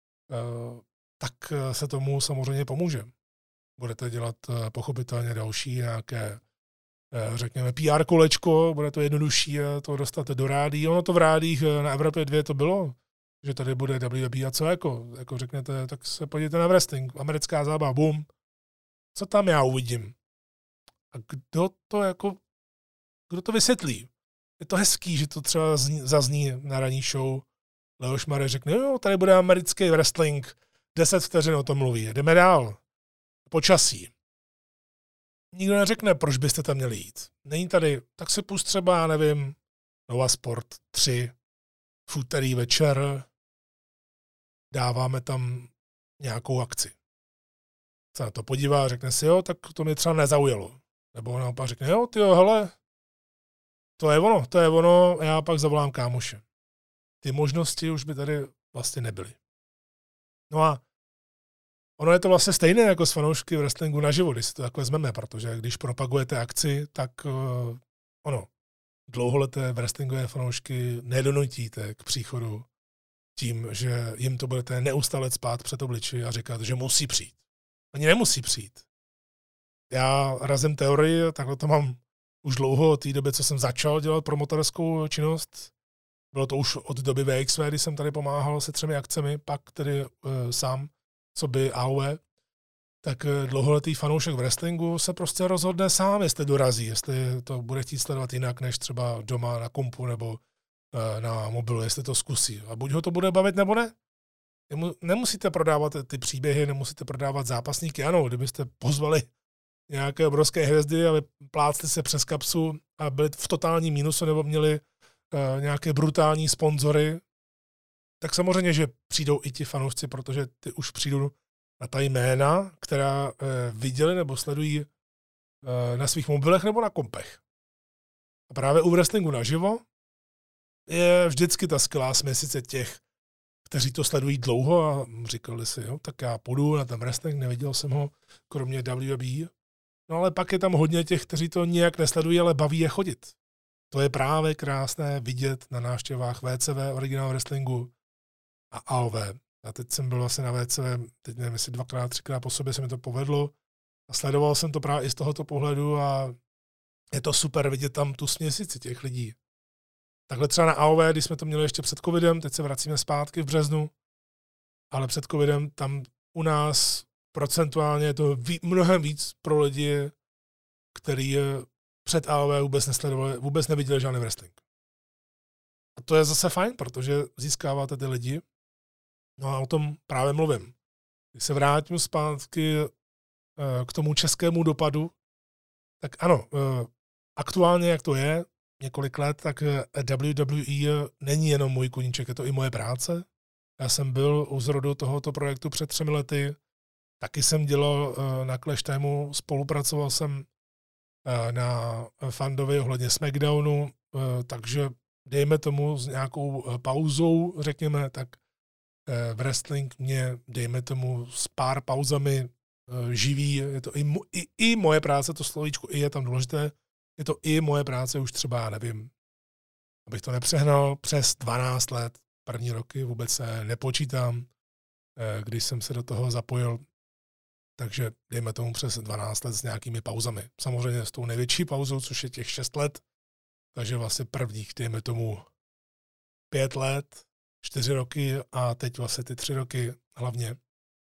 tak se tomu samozřejmě pomůže. Budete dělat uh, pochopitelně další nějaké, uh, řekněme, P R kolečko, bude to jednodušší uh, to dostat do rádií. Ono to v rádích uh, na Evropě dvě to bylo, že tady bude W W E a co jako, jako řeknete, tak se podívejte na wrestling, americká zábava, boom. Co tam já uvidím? A kdo to jako, kdo to vysvětlí? je to hezký, že to třeba zní, zazní na ranní show. Leoš Marek řekne, jo, tady bude americký wrestling, deset vteřin o tom mluví, jdeme dál. Počasí. Nikdo neřekne, proč byste tam měli jít. Není tady, tak si pust třeba, já nevím, Nova Sport tři, v úterý večer, dáváme tam nějakou akci. Se na to podívá a řekne si, jo, tak to mě třeba nezaujalo. Nebo naopak řekne, jo, tyjo, hele, to je ono, to je ono, já pak zavolám kámoše. Ty možnosti už by tady vlastně nebyly. No a ono je to vlastně stejné jako s fanoušky wrestlingu naživo, když si to takhle vezmeme, protože když propagujete akci, tak uh, ono, dlouholeté wrestlingové fanoušky nedonutíte k příchodu tím, že jim to budete neustále spát před obliči a říkat, že musí přijít. Oni nemusí přijít. Já razím teorii, takhle to mám už dlouho od té doby, co jsem začal dělat promotorskou činnost. Bylo to už od doby V X V, kdy jsem tady pomáhal se třemi akcemi, pak tedy uh, sám, co by A O E, tak uh, dlouholetý fanoušek wrestlingu se prostě rozhodne sám, jestli dorazí, jestli to bude chtít sledovat jinak, než třeba doma na kompu nebo uh, na mobilu, jestli to zkusí. A buď ho to bude bavit, nebo ne. Nemusíte prodávat ty příběhy, nemusíte prodávat zápasníky. Ano, kdybyste pozvali nějaké obrovské hvězdy a plácli se přes kapsu a byli v totálním mínusu nebo měli uh, nějaké brutální sponzory, tak samozřejmě, že přijdou i ti fanoušci, protože ty už přijdou na ta jména, která uh, viděli nebo sledují uh, na svých mobilech nebo na kompech. A právě u wrestlingu naživo je vždycky ta skvělá směsice těch, kteří to sledují dlouho a říkali si, jo, tak já půjdu na ten wrestling, neviděl jsem ho, kromě W W E. No ale pak je tam hodně těch, kteří to nijak nesledují, ale baví je chodit. To je právě krásné vidět na návštěvách V C V, originál wrestlingu a A O V. A teď jsem byl vlastně na V C V, teď nevím, jestli dvakrát, třikrát po sobě se mi to povedlo a sledoval jsem to právě i z tohoto pohledu a je to super vidět tam tu směsici těch lidí. Takhle třeba na A O V, když jsme to měli ještě před covidem, teď se vracíme zpátky v březnu, ale před covidem tam u nás procentuálně je to ví, mnohem víc pro lidi, kteří před A O V vůbec nesledovali, vůbec neviděli žádný wrestling. A to je zase fajn, protože získáváte ty lidi. No a o tom právě mluvím. Když se vrátím zpátky k tomu českému dopadu, tak ano, aktuálně, jak to je, několik let, tak W W E není jenom můj koníček, je to i moje práce. Já jsem byl u zrodu tohoto projektu před třemi lety, taky jsem dělal na Clash Timeu, spolupracoval jsem na Fandovi ohledně Smackdownu, takže dejme tomu s nějakou pauzou, řekněme, tak wrestling mě, dejme tomu, s pár pauzami živí, je to i, i, i moje práce, to slovíčko i je tam důležité, je to i moje práce už třeba, já nevím, abych to nepřehnal, přes dvanáct let, první roky vůbec se nepočítám, když jsem se do toho zapojil, takže dejme tomu přes dvanáct let s nějakými pauzami. Samozřejmě s tou největší pauzou, což je těch šest let, takže vlastně prvních, dejme tomu pět let, čtyři roky a teď vlastně ty tři roky hlavně.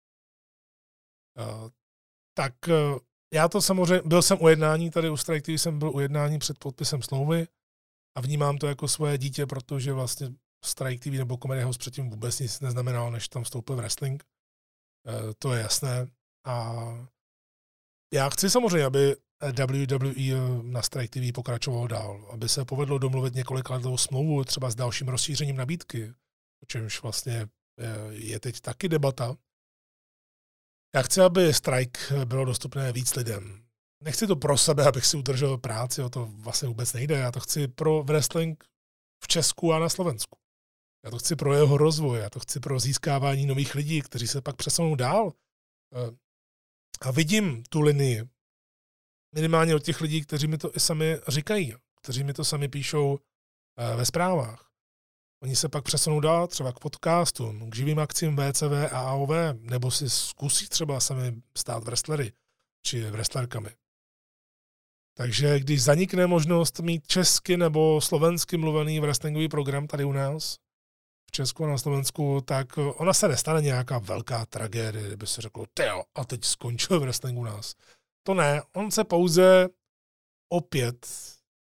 Tak já to samozřejmě, byl jsem u jednání tady u Strike T V, jsem byl u jednání před podpisem smlouvy a vnímám to jako svoje dítě, protože vlastně Strike T V nebo Comedy House předtím vůbec nic neznamenalo, než tam vstoupil wrestling. E, to je jasné. A já chci samozřejmě, aby W W E na Strike T V pokračovalo dál, aby se povedlo domluvit několik letou smlouvu, třeba s dalším rozšířením nabídky, o čemž vlastně je teď taky debata. Já chci, aby Strike bylo dostupné víc lidem. Nechci to pro sebe, abych si udržel práci, o to vlastně vůbec nejde. Já to chci pro wrestling v Česku a na Slovensku. Já to chci pro jeho rozvoj, já to chci pro získávání nových lidí, kteří se pak přesunou dál. A vidím tu linii. Minimálně od těch lidí, kteří mi to i sami říkají, kteří mi to sami píšou ve zprávách. Oni se pak přesunou dál třeba k podcastům, k živým akcím V C V a A O V, nebo si zkusí třeba sami stát wrestlery či wrestlerkami. Takže když zanikne možnost mít česky nebo slovensky mluvený wrestlingový program tady u nás, v Česku a na Slovensku, tak ona se nestane nějaká velká tragédie, kdyby se řeklo, teo, a teď skončil wrestling u nás. To ne, on se pouze opět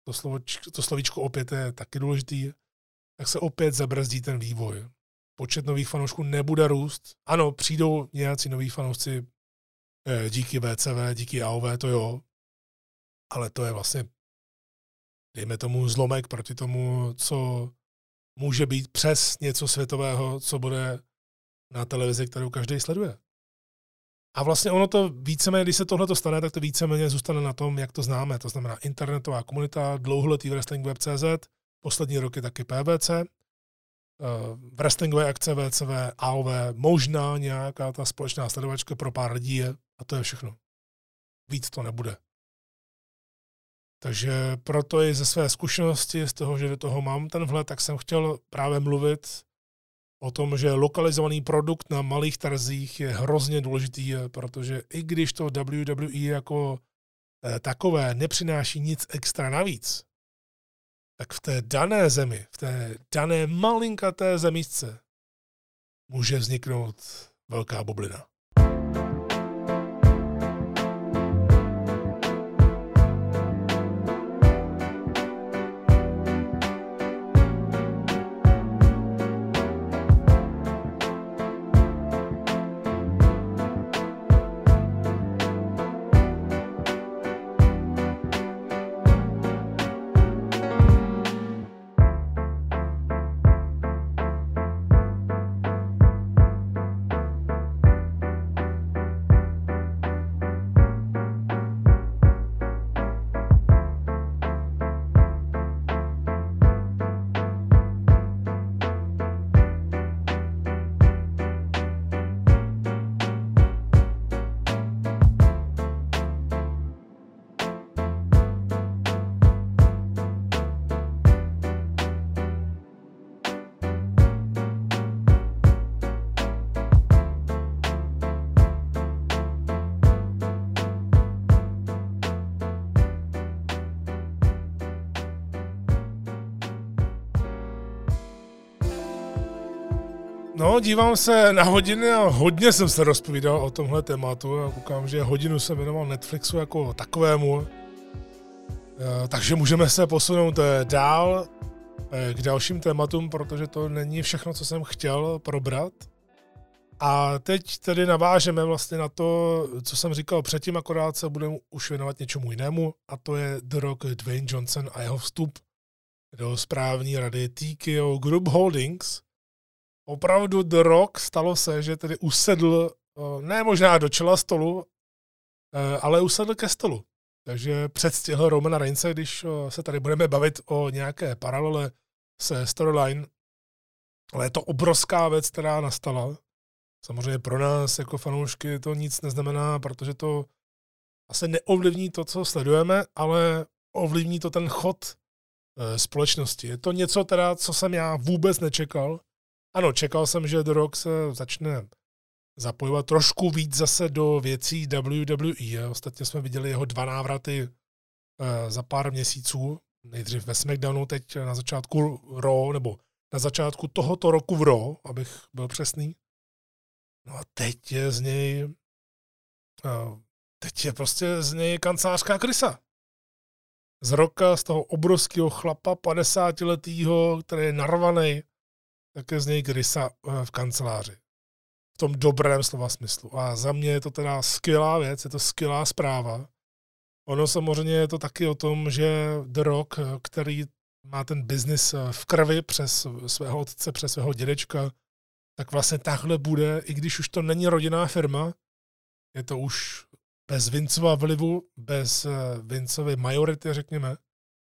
to, slovočko, to slovíčko opět je taky důležitý, tak se opět zabrzdí ten vývoj. Počet nových fanoušků nebude růst. Ano, přijdou nějací noví fanoušci díky V C V, díky A O V, to jo, ale to je vlastně, dejme tomu, zlomek proti tomu, co může být přes něco světového, co bude na televizi, kterou každý sleduje. A vlastně ono to víceméně, když se tohle stane, tak to víceméně zůstane na tom, jak to známe. To znamená internetová komunita, dlouholetý wrestling web tečka cé zet, poslední roky taky P V C, wrestlingové akce V C V, A O V, možná nějaká ta společná sledovačka pro pár lidí je, a to je všechno. Víc to nebude. Takže proto i ze své zkušenosti, z toho, že do toho mám ten vhled, tak jsem chtěl právě mluvit o tom, že lokalizovaný produkt na malých trzích je hrozně důležitý, protože i když to W W E jako takové nepřináší nic extra navíc, tak v té dané zemi, v té dané malinkaté zemisce může vzniknout velká bublina. No, dívám se na hodiny a hodně jsem se rozpovídal o tomhle tématu a koukám, že hodinu jsem věnoval Netflixu jako takovému. Takže můžeme se posunout dál k dalším tématům, protože to není všechno, co jsem chtěl probrat. A teď tedy navážeme vlastně na to, co jsem říkal předtím, akorát se budeme už věnovat něčemu jinému, a to je The Rock, Dwayne Johnson a jeho vstup do správní rady T K O Group Holdings. Opravdu The Rock stalo se, že tedy usedl, ne možná do čela stolu, ale usedl ke stolu. Takže předstihl Romana Reignse, když se tady budeme bavit o nějaké paralele se storyline. Ale je to obrovská věc, která nastala. Samozřejmě pro nás jako fanoušky to nic neznamená, protože to asi neovlivní to, co sledujeme, ale ovlivní to ten chod společnosti. Je to něco teda, co jsem já vůbec nečekal. Ano, čekal jsem, že The Rock se začne zapojovat trošku víc zase do věcí W W E. Ostatně jsme viděli jeho dva návraty za pár měsíců. Nejdřív ve SmackDownu, teď na začátku Raw, nebo na začátku tohoto roku v Raw, abych byl přesný. No a teď je z něj teď je prostě z něj kancelářská krysa. Z Rocka, z toho obrovského chlapa padesátiletýho, který je narvanej, tak je z něj krysa v kanceláři. V tom dobrém slova smyslu. A za mě je to teda skvělá věc, je to skvělá zpráva. Ono samozřejmě je to taky o tom, že The Rock, který má ten biznis v krvi přes svého otce, přes svého dědečka, tak vlastně takhle bude, i když už to není rodinná firma, je to už bez Vincova vlivu, bez Vincovy majority, řekněme,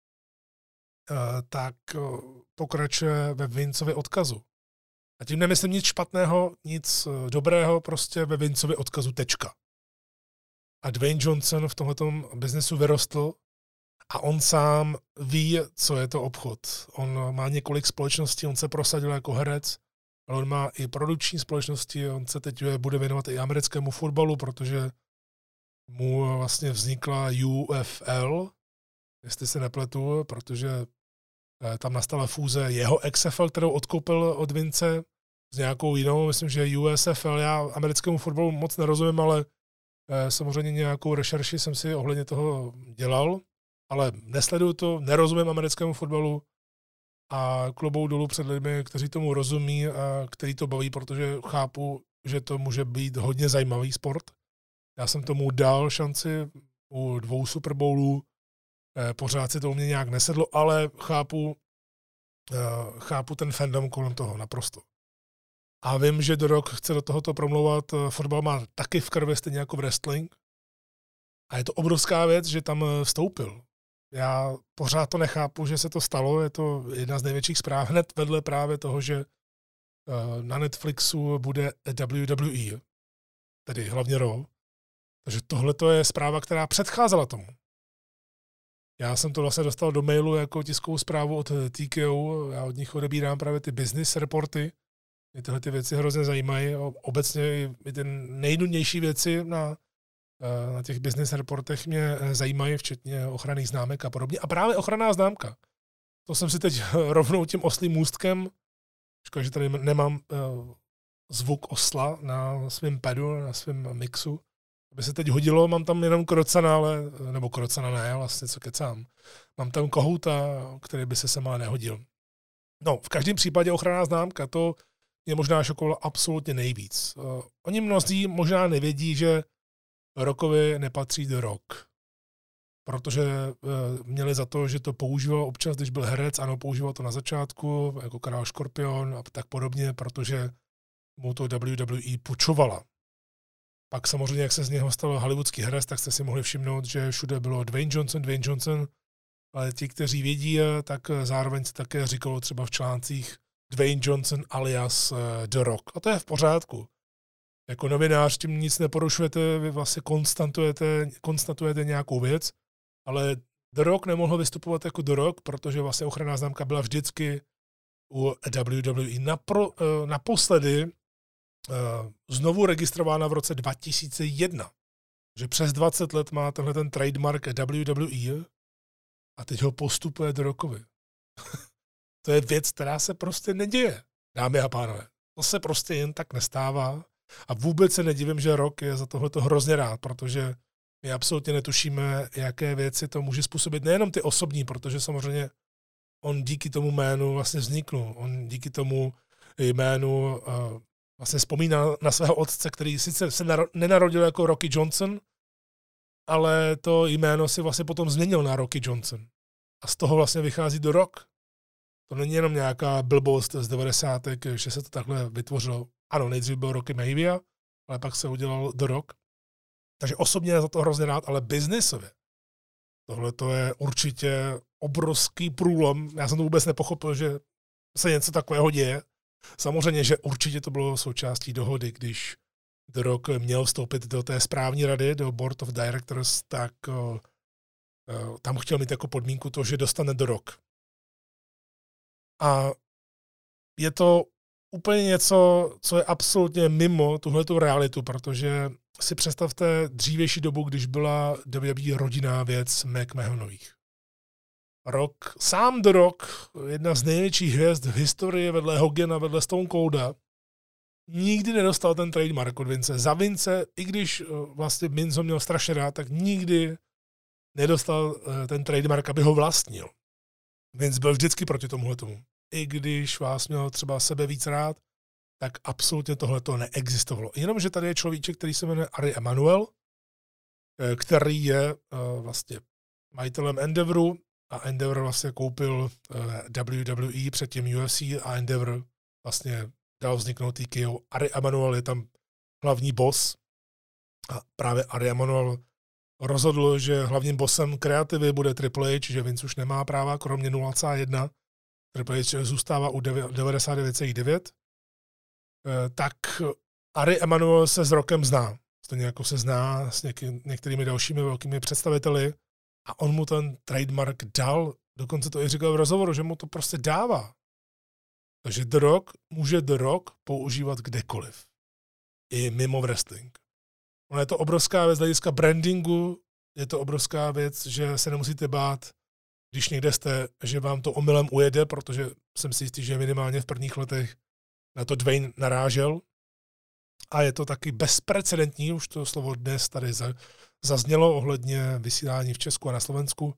tak pokračuje ve Vincově odkazu. A tím nemyslím nic špatného, nic dobrého, prostě ve Vincově odkazu tečka. A Dwayne Johnson v tomhletom biznesu vyrostl a on sám ví, co je to obchod. On má několik společností, on se prosadil jako herec, ale on má i produkční společnosti, on se teď bude věnovat i americkému fotbalu, protože mu vlastně vznikla U F L, jestli se nepletu, protože tam nastala fúze jeho X F L, kterou odkoupil od Vince s nějakou jinou, myslím, že U S F L, já americkému fotbalu moc nerozumím, ale samozřejmě nějakou rešerši jsem si ohledně toho dělal. ale nesleduju to, nerozumím americkému fotbalu a klobou dolů před lidmi, kteří tomu rozumí a který to baví, protože chápu, že to může být hodně zajímavý sport. Já jsem tomu dal šanci u dvou Super Bowlů, pořád si to u mě nějak nesedlo, ale chápu, chápu ten fandom kolem toho naprosto. A vím, že The Rock chce do tohoto promlouvat, fotbal má taky v krvi, stejně jako wrestling. A je to obrovská věc, že tam vstoupil. Já pořád to nechápu, že se to stalo, je to jedna z největších zpráv, hned vedle právě toho, že na Netflixu bude W W E, tedy hlavně Raw. Takže tohle je zpráva, která předcházela tomu. Já jsem to vlastně dostal do mailu jako tiskovou zprávu od T K O, já od nich odebírám právě ty business reporty, mě tyhle ty věci hrozně zajímají, obecně i ty nejnudnější věci na, na těch business reportech mě zajímají, včetně ochranných známek a podobně. A právě ochranná známka, to jsem si teď rovnou tím oslým můstkem, škoda, že tady nemám zvuk osla na svém padu, na svém mixu, aby se teď hodilo, mám tam jenom krocana, ale, nebo krocana ne, vlastně co kecám. Mám tam kohouta, který by se sem ale nehodil. No, v každém případě ochranná známka, to mě možná šokovalo absolutně nejvíc. Uh, oni mnozí možná nevědí, že Rockovi nepatří The Rock, protože uh, měli za to, že to používal občas, když byl herec, ano, používal to na začátku, jako král Škorpion a tak podobně, protože mu to W W E půjčovala. Pak samozřejmě, jak se z něho stal hollywoodský herec, tak jste si mohli všimnout, že všude bylo Dwayne Johnson, Dwayne Johnson, ale ti, kteří vědí, tak zároveň se také říkalo třeba v článcích Dwayne Johnson alias The Rock. A to je v pořádku. Jako novinář tím nic neporušujete, vy vlastně konstatujete, konstatujete nějakou věc, ale The Rock nemohl vystupovat jako The Rock, protože vlastně ochranná známka byla vždycky u W W E. Napro, naposledy znovu registrována v roce dva tisíce jedna. Že přes dvacet let má tenhle ten trademark W W E a teď ho postupuje do Rockovi. To je věc, která se prostě neděje, dámy a pánové. To se prostě jen tak nestává a vůbec se nedivím, že Rock je za tohleto hrozně rád, protože my absolutně netušíme, jaké věci to může způsobit. Nejenom ty osobní, protože samozřejmě on díky tomu jménu vlastně vzniknul. On díky tomu jménu uh, vlastně vzpomíná na svého otce, který sice se naro- nenarodil jako Rocky Johnson, ale to jméno si vlastně potom změnil na Rocky Johnson. A z toho vlastně vychází The Rock. To není jenom nějaká blbost z devadesátek, že se to takhle vytvořilo. Ano, nejdřív byl Rocky Maivia, ale pak se udělal The Rock. Takže osobně je za to hrozně rád, ale biznisově. Tohle to je určitě obrovský průlom. Já jsem to vůbec nepochopil, že se něco takového děje. Samozřejmě, že určitě to bylo součástí dohody, když The Rock měl vstoupit do té správní rady, do Board of Directors, tak uh, uh, tam chtěl mít jako podmínku to, že dostane The Rock. A je to úplně něco, co je absolutně mimo tuhletu realitu, protože si představte dřívější dobu, když byla W W E rodinná věc McMahonových. Rock, sám The Rock, jedna z největších hvězd v historii vedle Hogana, vedle Stone Colda, nikdy nedostal ten trademark od Vince. Za Vince, i když vlastně Vince ho měl strašně rád, tak nikdy nedostal ten trademark, aby ho vlastnil. Vince byl vždycky proti tomuhle tomu. I když vás měl třeba sebe víc rád, tak absolutně tohleto neexistovalo. Jenomže tady je človíček, který se jmenuje Ari Emanuel, který je vlastně majitelem Endeavoru a Endeavor vlastně koupil W W E, předtím U F C a Endeavor vlastně dal vzniknout T K O. Ari Emanuel je tam hlavní boss a právě Ari Emanuel rozhodl, že hlavním bossem kreativy bude Triple H, že Vince už nemá práva, kromě nula celá jedna. Triple H zůstává u devadesát devět celá devět. Tak Ari Emanuel se s Rockem zná. Stejně jako se zná s něk- některými dalšími velkými představiteli a on mu ten trademark dal, dokonce to i říkal v rozhovoru, že mu to prostě dává. Takže The Rock může The Rock používat kdekoliv. I mimo wrestling. Ono je to obrovská věc z hlediska brandingu, je to obrovská věc, že se nemusíte bát, když někde jste, že vám to omylem ujede, protože jsem si jistý, že minimálně v prvních letech na to Dwayne narážel. A je to taky bezprecedentní, už to slovo dnes tady zaznělo ohledně vysílání v Česku a na Slovensku.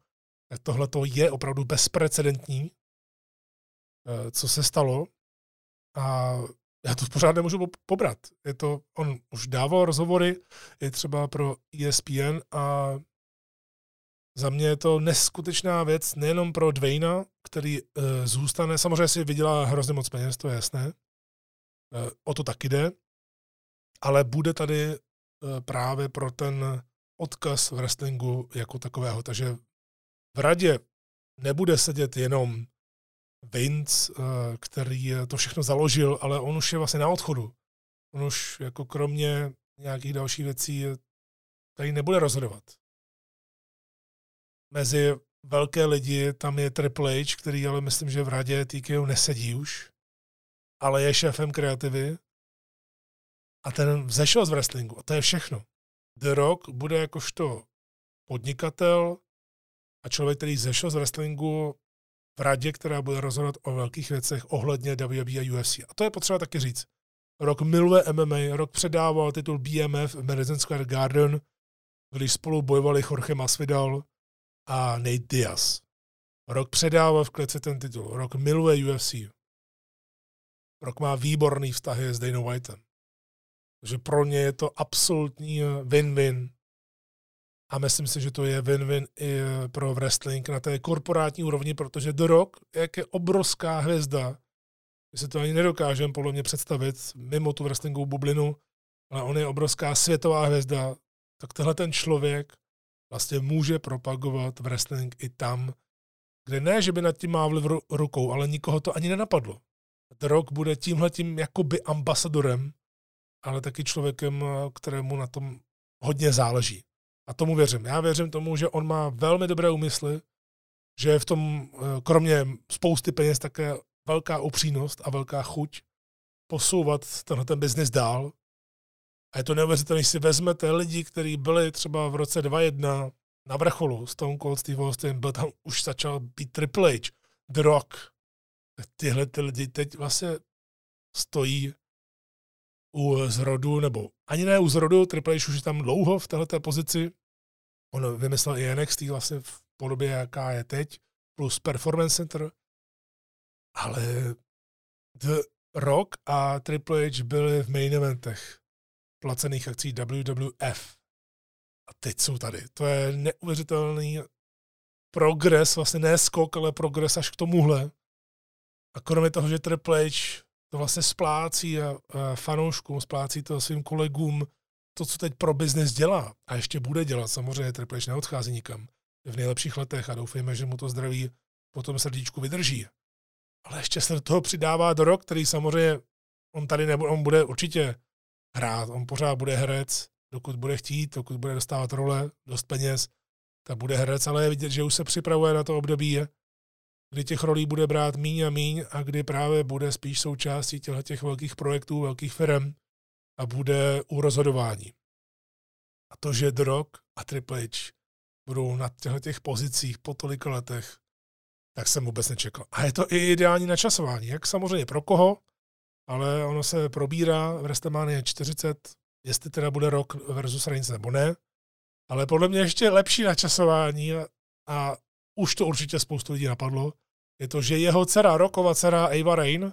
Tak tohle to je opravdu bezprecedentní, co se stalo. A já to pořád nemůžu pobrat. Je to, on už dával rozhovory, je třeba pro E S P N a za mě je to neskutečná věc, nejenom pro Dwayna, který uh, zůstane, samozřejmě si vydělá hrozně moc peněz, to je jasné, uh, o to taky jde, ale bude tady uh, právě pro ten odkaz v wrestlingu jako takového, takže v radě nebude sedět jenom Vince, uh, který to všechno založil, ale on už je vlastně na odchodu. On už jako kromě nějakých dalších věcí tady nebude rozhodovat. Mezi velké lidi tam je Triple H, který ale myslím, že v radě T K O nesedí už, ale je šéfem kreativy a ten vzešel z wrestlingu a to je všechno. The Rock bude jakožto podnikatel a člověk, který zešel z wrestlingu v radě, která bude rozhodovat o velkých věcech ohledně W W E a U F C. A to je potřeba taky říct. Rock miluje M M A, Rock předával titul B M F v Madison Square Garden, když spolu bojovali Jorge Masvidal a Nate Diaz. Rock předával v kleci ten titul. Rock miluje U F C. Rock má výborný vztahy s Dana Whitem. Takže pro ně je to absolutní win-win. A myslím si, že to je win-win i pro wrestling na té korporátní úrovni, protože The Rock, jak je obrovská hvězda, my si to ani nedokážeme podle mě představit mimo tu wrestlingovou bublinu, ale on je obrovská světová hvězda, tak tenhle ten člověk vlastně může propagovat wrestling i tam, kde ne, že by nad tím mávli v rukou, ale nikoho to ani nenapadlo. The Rock bude tímhletím jakoby ambasadorem, ale taky člověkem, kterému na tom hodně záleží. A tomu věřím. Já věřím tomu, že on má velmi dobré úmysly, že je v tom, kromě spousty peněz, také velká upřímnost a velká chuť posouvat tenhle ten biznis dál. A je to neuvěřitelné, když si vezmete lidi, kteří byli třeba v roce dva jedna na vrcholu, Stone Cold Steve Austin, byl tam, už začal být Triple H, The Rock. Tyhle ty lidi teď vlastně stojí u zrodu, nebo ani ne u zrodu, Triple H už je tam dlouho v této pozici. On vymyslel i N X T vlastně v podobě, jaká je teď, plus Performance Center. Ale The Rock a Triple H byli v main eventech placených akcí W W F. A teď jsou tady. To je neuvěřitelný progres, vlastně ne skok, ale progres až k tomuhle. A kromě toho, že Triple H to vlastně splácí a, a fanouškům, splácí to svým kolegům, to, co teď pro biznis dělá a ještě bude dělat. Samozřejmě Triple H neodchází nikam. Je v nejlepších letech a doufejme, že mu to zdraví po tom srdíčku vydrží. Ale ještě se do toho přidává The Rock, který samozřejmě, on tady nebude, on bude určitě hrát, on pořád bude herec, dokud bude chtít, dokud bude dostávat role, dost peněz, tak bude herec, ale je vidět, že už se připravuje na to období, kdy těch rolí bude brát míň a míň a kdy právě bude spíš součástí těch velkých projektů, velkých firm a bude u rozhodování. A to, že The Rock a Triple H budou na těch pozicích po tolika letech, tak jsem vůbec nečekal. A je to i ideální načasování, jak samozřejmě pro koho, ale ono se probírá v WrestleMania čtyřicet, jestli teda bude Rock versus Reigns nebo ne, ale podle mě ještě lepší načasování a, a už to určitě spoustu lidí napadlo, je to, že jeho dcera, Rockova dcera Ava Raine,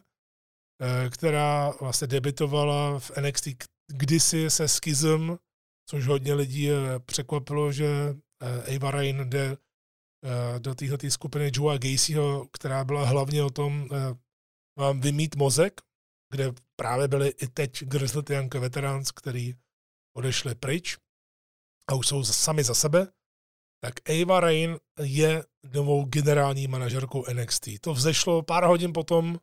která vlastně debitovala v N X T kdysi se Schism, což hodně lidí překvapilo, že Ava Raine jde do této skupiny Joea Gacyho, která byla hlavně o tom vám vymít mozek, kde právě byli i teď Grizzled Young Veterans, který odešli pryč a už jsou sami za sebe, tak Ava Raine je novou generální manažerkou N X T. To vzešlo pár hodin potom,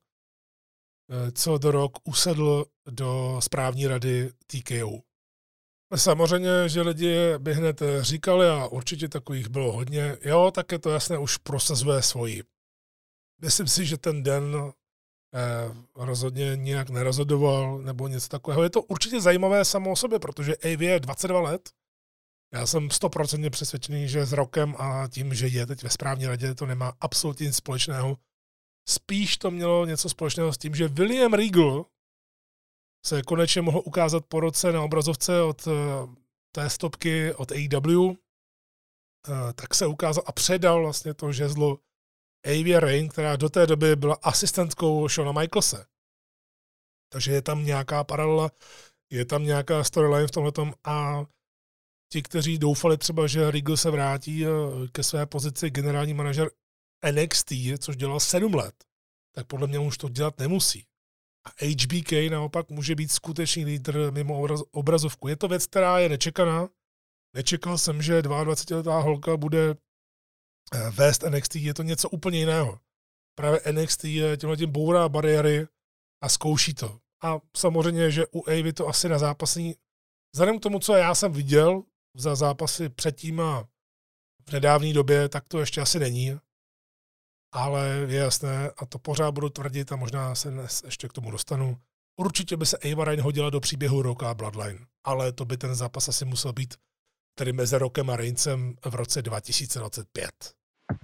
co The Rock usedl do správní rady T K O. Samozřejmě, že lidi by hned říkali, a určitě takových bylo hodně, jo, tak je to jasné, už prosazuje svoji. Myslím si, že ten den eh, rozhodně nějak nerozhodoval nebo něco takového. Je to určitě zajímavé samo o sobě, protože Ava je dvacet dva let. Já jsem stoprocentně přesvědčený, že s Rockem a tím, že je teď ve správní radě, to nemá absolutně nic společného. Spíš to mělo něco společného s tím, že William Regal se konečně mohl ukázat po roce na obrazovce od té stopky od A E W. tak se ukázal a předal vlastně to žezlo Avi Rain, která do té doby byla asistentkou Shawna Michaelse. Takže je tam nějaká paralela, je tam nějaká storyline v tomhletom a ti, kteří doufali třeba, že Regal se vrátí ke své pozici generální manažer N X T, což dělal sedm let, tak podle mě už to dělat nemusí. A H B K naopak může být skutečný lídr mimo obrazovku. Je to věc, která je nečekaná. Nečekal jsem, že dvaadvacetiletá holka bude vést N X T, je to něco úplně jiného. Právě N X T je tímhletím bourá bariéry a zkouší to. A samozřejmě, že u Avy to asi na zápasení, vzhledem k tomu, co já jsem viděl za zápasy předtím a v nedávné době, tak to ještě asi není. Ale je jasné, a to pořád budu tvrdit a možná se dnes ještě k tomu dostanu, určitě by se Ava Rain hodila do příběhu Rocka a Bloodline, ale to by ten zápas asi musel být tedy mezi Rockem a Reincem v roce dva tisíce dvacet pět.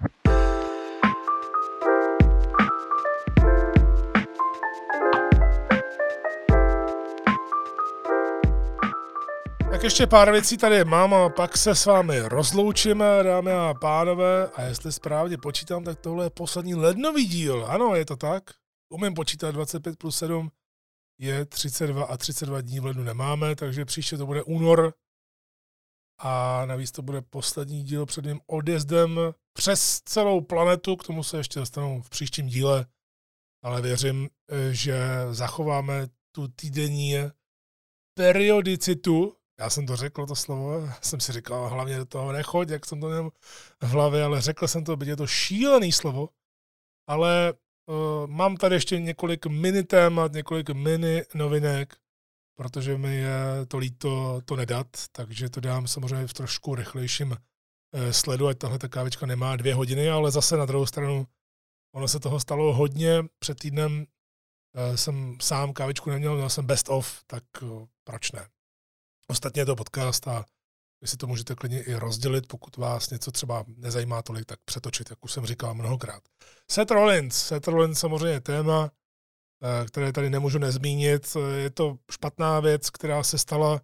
Tak ještě pár věcí tady mám a pak se s vámi rozloučíme, dámy a pánové, a jestli správně počítám, tak tohle je poslední lednový díl. Ano, je to tak. Umím počítat dvacet pět plus sedm, je třicet dva a třicet dva dní v lednu nemáme, takže příště to bude únor a navíc to bude poslední díl před mým odjezdem přes celou planetu, k tomu se ještě dostanu v příštím díle, ale věřím, že zachováme tu týdenní periodicitu. Já jsem to řekl, to slovo, jsem si říkal, hlavně do toho nechoď, jak jsem to měl v hlavě, ale řekl jsem to, byť je to šílený slovo, ale uh, mám tady ještě několik mini témat, několik mini novinek, protože mi je to líto to nedat, takže to dám samozřejmě v trošku rychlejším uh, sledu, ať tahle ta kávička nemá dvě hodiny, ale zase na druhou stranu ono se toho stalo hodně. Před týdnem uh, jsem sám kávičku neměl, měl jsem best of, tak uh, proč ne? Ostatně je to podcast a vy si to můžete klidně i rozdělit, pokud vás něco třeba nezajímá tolik, tak přetočit, jak už jsem říkal mnohokrát. Seth Rollins. Seth Rollins samozřejmě je téma, které tady nemůžu nezmínit. Je to špatná věc, která se stala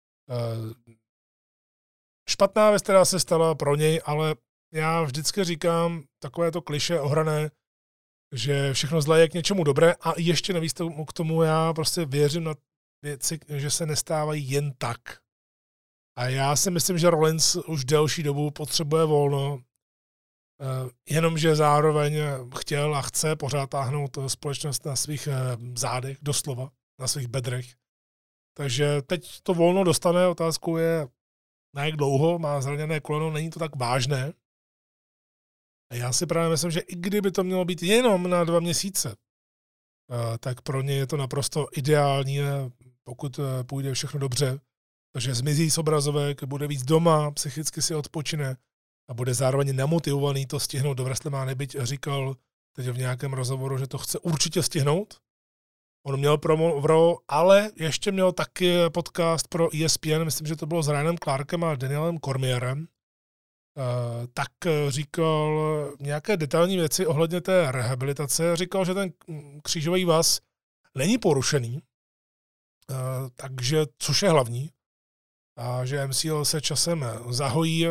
špatná věc, která se stala pro něj, ale já vždycky říkám takové to klišé ohrané, že všechno zlé je k něčemu dobré a ještě navíc k tomu já prostě věřím na věci, že se nestávají jen tak. A já si myslím, že Rollins už delší dobu potřebuje volno, jenomže zároveň chtěl a chce pořád táhnout společnost na svých zádech, doslova, na svých bedrech. Takže teď to volno dostane, otázkou je, na jak dlouho, má zraněné koleno, není to tak vážné. A já si právě myslím, že i kdyby to mělo být jenom na dva měsíce, tak pro ně je to naprosto ideální, pokud půjde všechno dobře. Takže zmizí z obrazovek, bude víc doma, psychicky si odpočine a bude zároveň namotivovaný to stihnout do WrestleMania, byť říkal teď v nějakém rozhovoru, že to chce určitě stihnout. On měl promo v Raw, ale ještě měl taky podcast pro E S P N, myslím, že to bylo s Ryanem Clarkem a Danielem Cormierem. Uh, tak říkal nějaké detailní věci ohledně té rehabilitace. Říkal, že ten křížový vaz není porušený, uh, takže což je hlavní, a že M C L se časem zahojí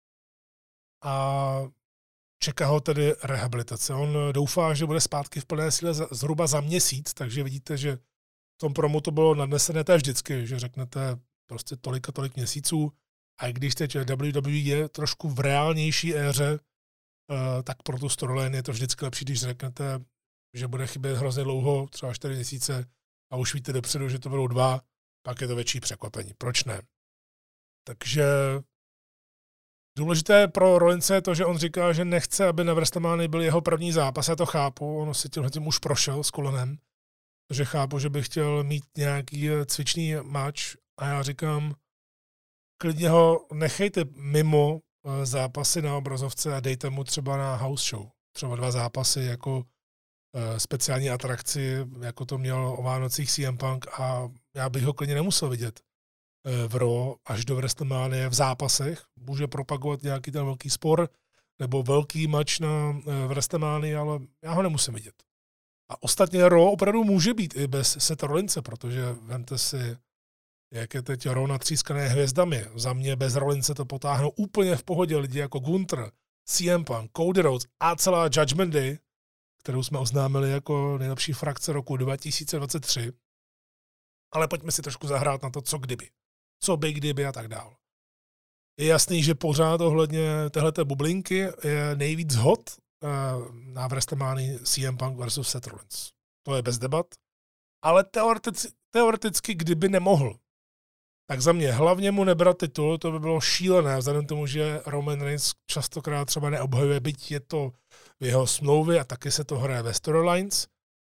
a čeká ho tedy rehabilitace. On doufá, že bude zpátky v plné síle zhruba za měsíc, takže vidíte, že v tom promu to bylo nadnesené té vždycky, že řeknete prostě tolik a tolik měsíců. A i když teď W W E je trošku v reálnější éře, tak pro tu storyline je to vždycky lepší, když řeknete, že bude chybět hrozně dlouho, třeba čtyři měsíce, a už víte dopředu, že to budou dva, pak je to větší překvapení. Proč ne? Takže důležité pro Rollinse je to, že on říká, že nechce, aby na WrestleMania byl jeho první zápas. Já to chápu, on si tímhletím už prošel s kolenem, takže chápu, že by chtěl mít nějaký cvičný match a já říkám, klidně ho nechejte mimo zápasy na obrazovce a dejte mu třeba na house show. Třeba dva zápasy jako speciální atrakci, jako to měl o Vánocích C M Punk, a já bych ho klidně nemusel vidět v Raw až do WrestleMania v zápasech. Může propagovat nějaký ten velký spor nebo velký match na WrestleMania, ale já ho nemusím vidět. A ostatně Raw opravdu může být i bez Setha Rollinse, protože vemte si, jak je teď Raw natřískané hvězdami. Za mě bez Rollinse to potáhnou úplně v pohodě lidi jako Gunther, C M Punk, Cody Rhodes a celá Judgment Day, kterou jsme oznámili jako nejlepší frakce roku dva tisíce dvacet tři. Ale pojďme si trošku zahrát na to, co kdyby. Co by kdyby a tak dál. Je jasný, že pořád ohledně téhleté bublinky je nejvíc hot na WrestleMania C M Punk versus Seth Rollins. To je bez debat. Ale teoreticky, teoreticky kdyby nemohl, tak za mě hlavně mu nebrat titul, to by bylo šílené, vzhledem k tomu, že Roman Reigns častokrát třeba neobhajuje, byť je to v jeho smlouvě a taky se to hraje ve storylines,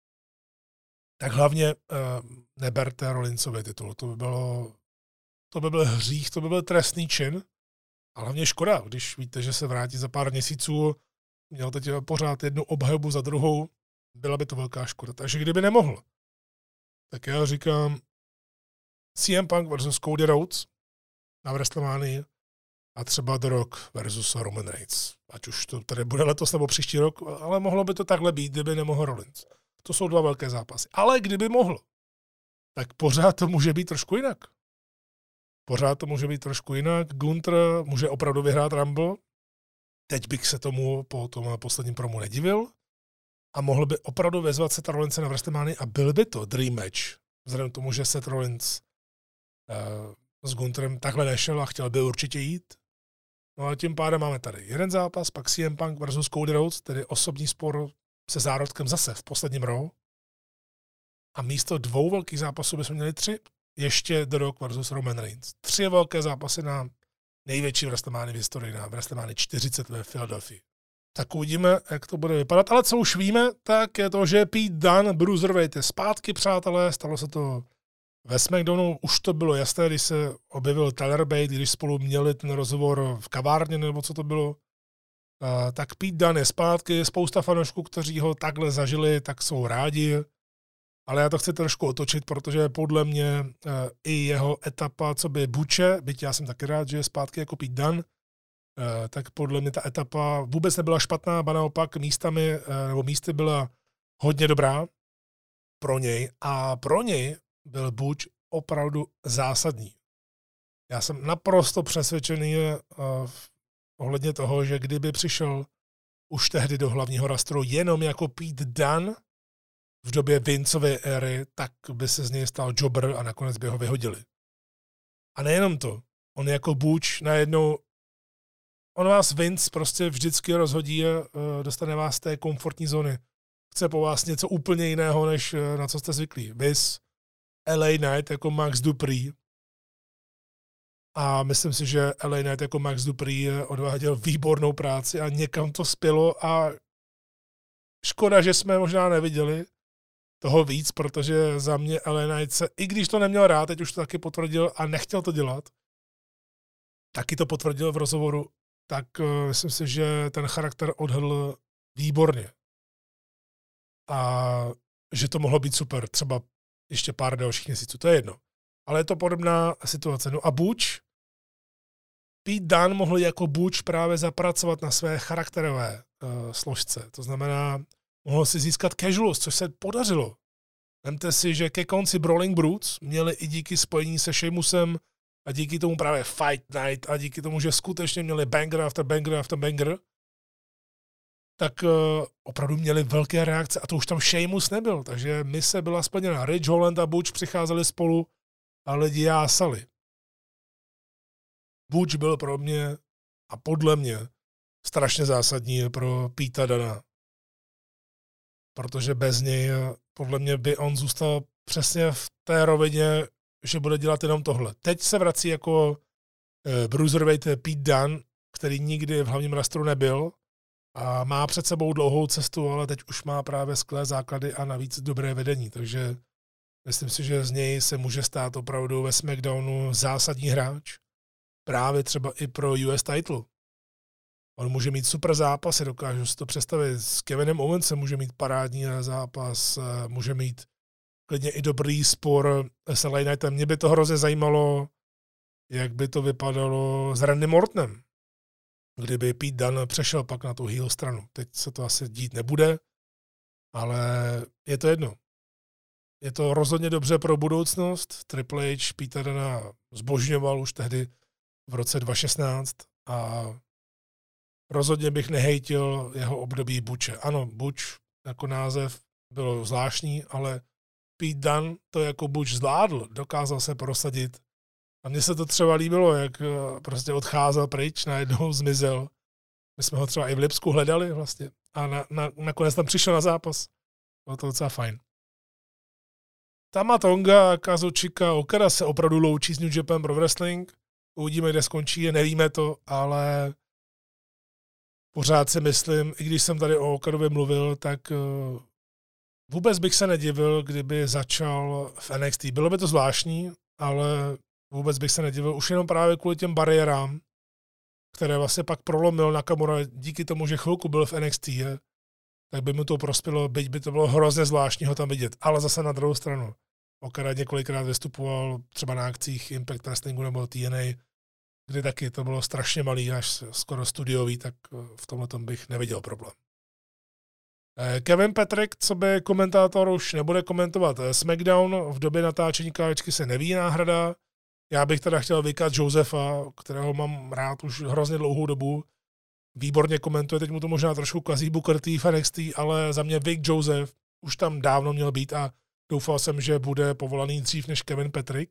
tak hlavně uh, neberte Rollinsovi titul. To by bylo, to by byl hřích, to by byl trestný čin. A hlavně škoda, když víte, že se vrátí za pár měsíců, měl teď pořád jednu obhajobu za druhou, byla by to velká škoda. Takže kdyby nemohl, tak já říkám C M Punk versus Cody Rhodes na WrestleMania a třeba The Rock versus Roman Reigns. Ať už to tady bude letos nebo příští rok, ale mohlo by to takhle být, kdyby nemohl Rollins. To jsou dva velké zápasy. Ale kdyby mohl, tak pořád to může být trošku jinak. Pořád to může být trošku jinak. Gunther může opravdu vyhrát Rumble. Teď bych se tomu po tom posledním promu nedivil. A mohl by opravdu vezvat Seth Rollinse na WrestleMania a byl by to dream match. Vzhledem k tomu, že Seth Rollins uh, s Guntherem takhle nešel a chtěl by určitě jít. No a tím pádem máme tady jeden zápas, pak C M Punk versus Cody Rhodes, tedy osobní spor se zárodkem zase v posledním Raw. A místo dvou velkých zápasů bychom měli tři. Ještě The Rock versus Roman Reigns. Tři velké zápasy na největší WrestleMania v historii, na WrestleMania čtyřicet ve Philadelphii. Tak uvidíme, jak to bude vypadat. Ale co už víme, tak je to, že Pete Dunne, Bruiserweight, je zpátky, přátelé. Stalo se to ve SmackDownu. Už to bylo jasné, když se objevil Tyler Bate, když spolu měli ten rozhovor v kavárně, nebo co to bylo. Uh, tak Pete Dunne je zpátky. Spousta fanoušků, kteří ho takhle zažili, tak jsou rádi. Ale já to chci trošku otočit, protože podle mě uh, i jeho etapa, co by Buče, byť já jsem taky rád, že je zpátky jako Pete Dunne, uh, tak podle mě ta etapa vůbec nebyla špatná, ba naopak místami, uh, nebo místy byla hodně dobrá pro něj. A pro něj byl Buč opravdu zásadní. Já jsem naprosto přesvědčený uh, ohledně toho, že kdyby přišel už tehdy do hlavního rastru jenom jako Pete Dunne, v době Vinceovy éry, tak by se z něj stal jobber a nakonec by ho vyhodili. A nejenom to. On jako Butch najednou, on vás Vince prostě vždycky rozhodí a dostane vás z té komfortní zóny. Chce po vás něco úplně jiného, než na co jste zvyklí. Viz L A Knight jako Max Dupree. A myslím si, že L A Knight jako Max Dupree odváděl výbornou práci a někam to spělo a škoda, že jsme možná neviděli toho víc, protože za mě L A Knight se, i když to neměl rád, teď už to taky potvrdil a nechtěl to dělat, taky to potvrdil v rozhovoru, tak uh, myslím si, že ten charakter odhadl výborně. A že to mohlo být super, třeba ještě pár dalších měsíců, to je jedno. Ale je to podobná situace. No a Butch, Pete Dunne mohl jako Butch právě zapracovat na své charakterové uh, složce. To znamená, mohl si získat casuals, což se podařilo. Vemte si, že ke konci Brawling Brutes měli i díky spojení se Sheamusem a díky tomu právě Fight Night a díky tomu, že skutečně měli banger after banger after banger, tak uh, opravdu měli velké reakce a to už tam Sheamus nebyl, takže mise byla splněna. Ridge Holland a Butch přicházeli spolu a lidi jásali. Butch byl pro mě a podle mě strašně zásadní pro Peta Dunna. Protože bez něj podle mě by on zůstal přesně v té rovině, že bude dělat jenom tohle. Teď se vrací jako uh, Bruiserweight Pete Dunne, který nikdy v hlavním rastru nebyl a má před sebou dlouhou cestu, ale teď už má právě skvělé základy a navíc dobré vedení. Takže myslím si, že z něj se může stát opravdu ve SmackDownu zásadní hráč. Právě třeba i pro U S title. On může mít super zápasy, dokážu si to představit. S Kevinem Owensem může mít parádní zápas, může mít klidně i dobrý spor s L A Knightem. Mě by to hrozně zajímalo, jak by to vypadalo s Randym Ortonem, kdyby Pete Dunne přešel pak na tu heel stranu. Teď se to asi dít nebude, ale je to jedno. je to rozhodně dobře pro budoucnost. Triple H Pete Dana zbožňoval už tehdy v roce dva tisíce šestnáct a rozhodně bych nehejtil jeho období Butche. Ano, Butch jako název bylo zvláštní, ale Pete Dunne to jako Butch zvládl, dokázal se prosadit. A mně se to třeba líbilo, jak prostě odcházel pryč, najednou zmizel. My jsme ho třeba i v Lipsku hledali vlastně a na, na, nakonec tam přišel na zápas. Bylo to docela fajn. Tama Tonga a Kazuchika Okada se opravdu loučí s New Japan Pro Wrestling. Uvidíme, kde skončí, nevíme to, ale pořád si myslím, i když jsem tady o Okadovi mluvil, tak vůbec bych se nedivil, kdyby začal v N X T. Bylo by to zvláštní, ale vůbec bych se nedivil. Už jenom právě kvůli těm bariérám, které vlastně pak prolomil Nakamura díky tomu, že chvilku byl v N X T, tak by mu to prospělo, byť by to bylo hrozně zvláštní ho tam vidět. Ale zase na druhou stranu. Okada několikrát vystupoval třeba na akcích Impact Wrestlingu nebo T N A, kdy taky to bylo strašně malý, až skoro studiový, tak v tomhle tom bych neviděl problém. Kevin Patrick, co by komentátor, už nebude komentovat SmackDown. V době natáčení káčky se neví náhrada. Já bych teda chtěl vykat Josefa, kterého mám rád už hrozně dlouhou dobu. Výborně komentuje, teď mu to možná trošku kazí Booker T v N X T, ale za mě Vic Joseph už tam dávno měl být a doufal jsem, že bude povolaný dřív než Kevin Patrick.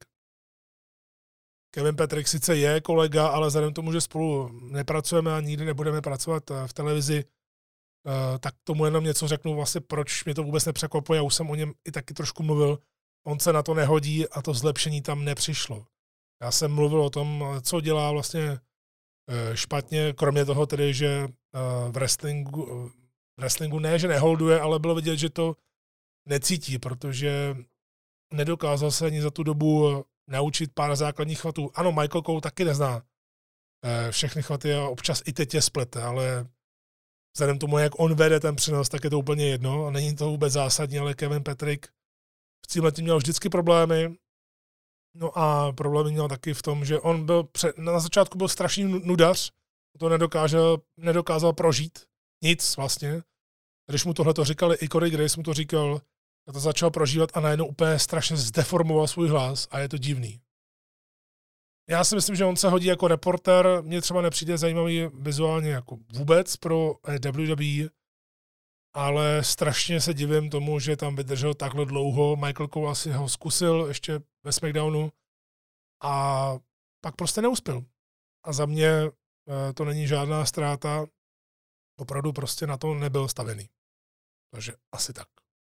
Kevin Patrick sice je kolega, ale vzhledem tomu, že spolu nepracujeme a nikdy nebudeme pracovat v televizi, tak tomu jenom něco řeknu, vlastně proč mě to vůbec nepřekvapuje. Já už jsem o něm i taky trošku mluvil. On se na to nehodí a to zlepšení tam nepřišlo. Já jsem mluvil o tom, co dělá vlastně špatně, kromě toho tedy, že v wrestlingu, v wrestlingu ne, že neholduje, ale bylo vidět, že to necítí, protože nedokázal se ani za tu dobu naučit pár základních chvatů. Ano, Michael Cole taky nezná všechny chvaty a občas i teď je splete, ale vzhledem tomu, jak on vede ten přenos, tak je to úplně jedno a není to vůbec zásadní, ale Kevin Patrick v tímhletím měl vždycky problémy. No a problémy měl taky v tom, že on byl před, na začátku byl strašný nudař, to nedokázal, nedokázal prožít nic vlastně. Když mu tohle to říkali, i Corey Grace mu to říkal, a to začal prožívat a najednou úplně strašně zdeformoval svůj hlas a je to divný. Já si myslím, že on se hodí jako reporter, mně třeba nepřijde zajímavý vizuálně jako vůbec pro W W E, ale strašně se divím tomu, že tam vydržel takhle dlouho. Michael Cole asi ho zkusil ještě ve SmackDownu a pak prostě neuspěl. A za mě to není žádná ztráta, opravdu prostě na to nebyl stavený. Takže asi tak.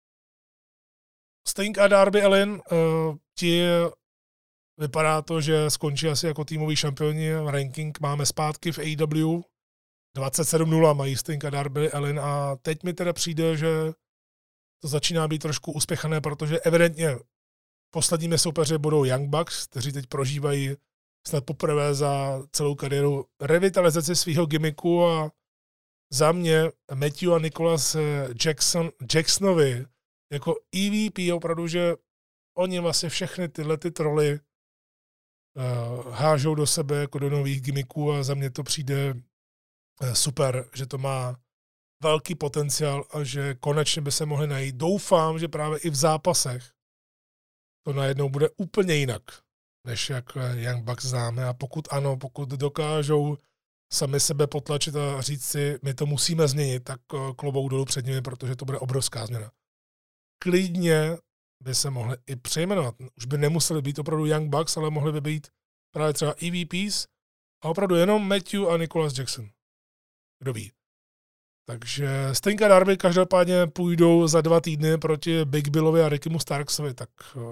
Sting a Darby Allin, ti vypadá to, že skončí asi jako týmový šampioni. Ranking máme zpátky v A E W. dvacet sedm nula mají Sting a Darby Allin a teď mi teda přijde, že to začíná být trošku uspěchané, protože evidentně posledními soupeři budou Young Bucks, kteří teď prožívají snad poprvé za celou kariéru revitalizaci svého gimmicku a za mě Matthew a Nicholas Jackson, Jacksonovi jako E V P opravdu, že oni vlastně všechny tyhle ty troly uh, hážou do sebe jako do nových gimmicků a za mě to přijde uh, super, že to má velký potenciál a že konečně by se mohli najít. Doufám, že právě i v zápasech to najednou bude úplně jinak, než jak Young Bucks známe a pokud ano, pokud dokážou sami sebe potlačit a říct si, my to musíme změnit, tak klobouk dolů před nimi, protože to bude obrovská změna. Klidně by se mohli i přejmenovat. Už by nemuseli být opravdu Young Bucks, ale mohli by být právě třeba E V Ps a opravdu jenom Matthew a Nicholas Jackson. Kdo ví. Takže Sting a Darby každopádně půjdou za dva týdny proti Big Billovi a Rickymu Starksovi, tak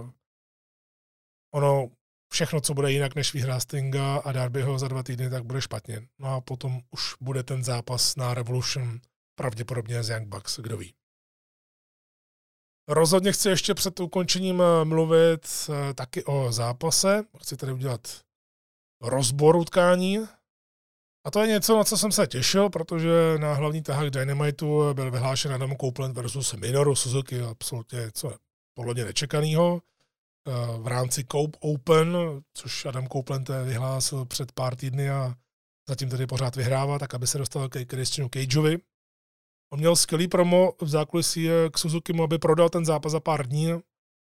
ono všechno, co bude jinak než výhra Stinga a Darbyho za dva týdny, tak bude špatně. No a potom už bude ten zápas na Revolution pravděpodobně z Young Bucks, kdo ví. Rozhodně chci ještě před ukončením mluvit taky o zápase. Chci tady udělat rozbor utkání. A to je něco, na co jsem se těšil, protože na hlavní tahách Dynamitu byl vyhlášen Adam Copeland versus Minoru Suzuki, absolutně něco podle mě nečekanýho. V rámci Cope Open, což Adam Copeland vyhlásil před pár týdny a zatím tedy pořád vyhrává, tak aby se dostal ke Christianu Cageovi. On měl skvělý promo v zákulisí k Suzukimu, aby prodal ten zápas za pár dní.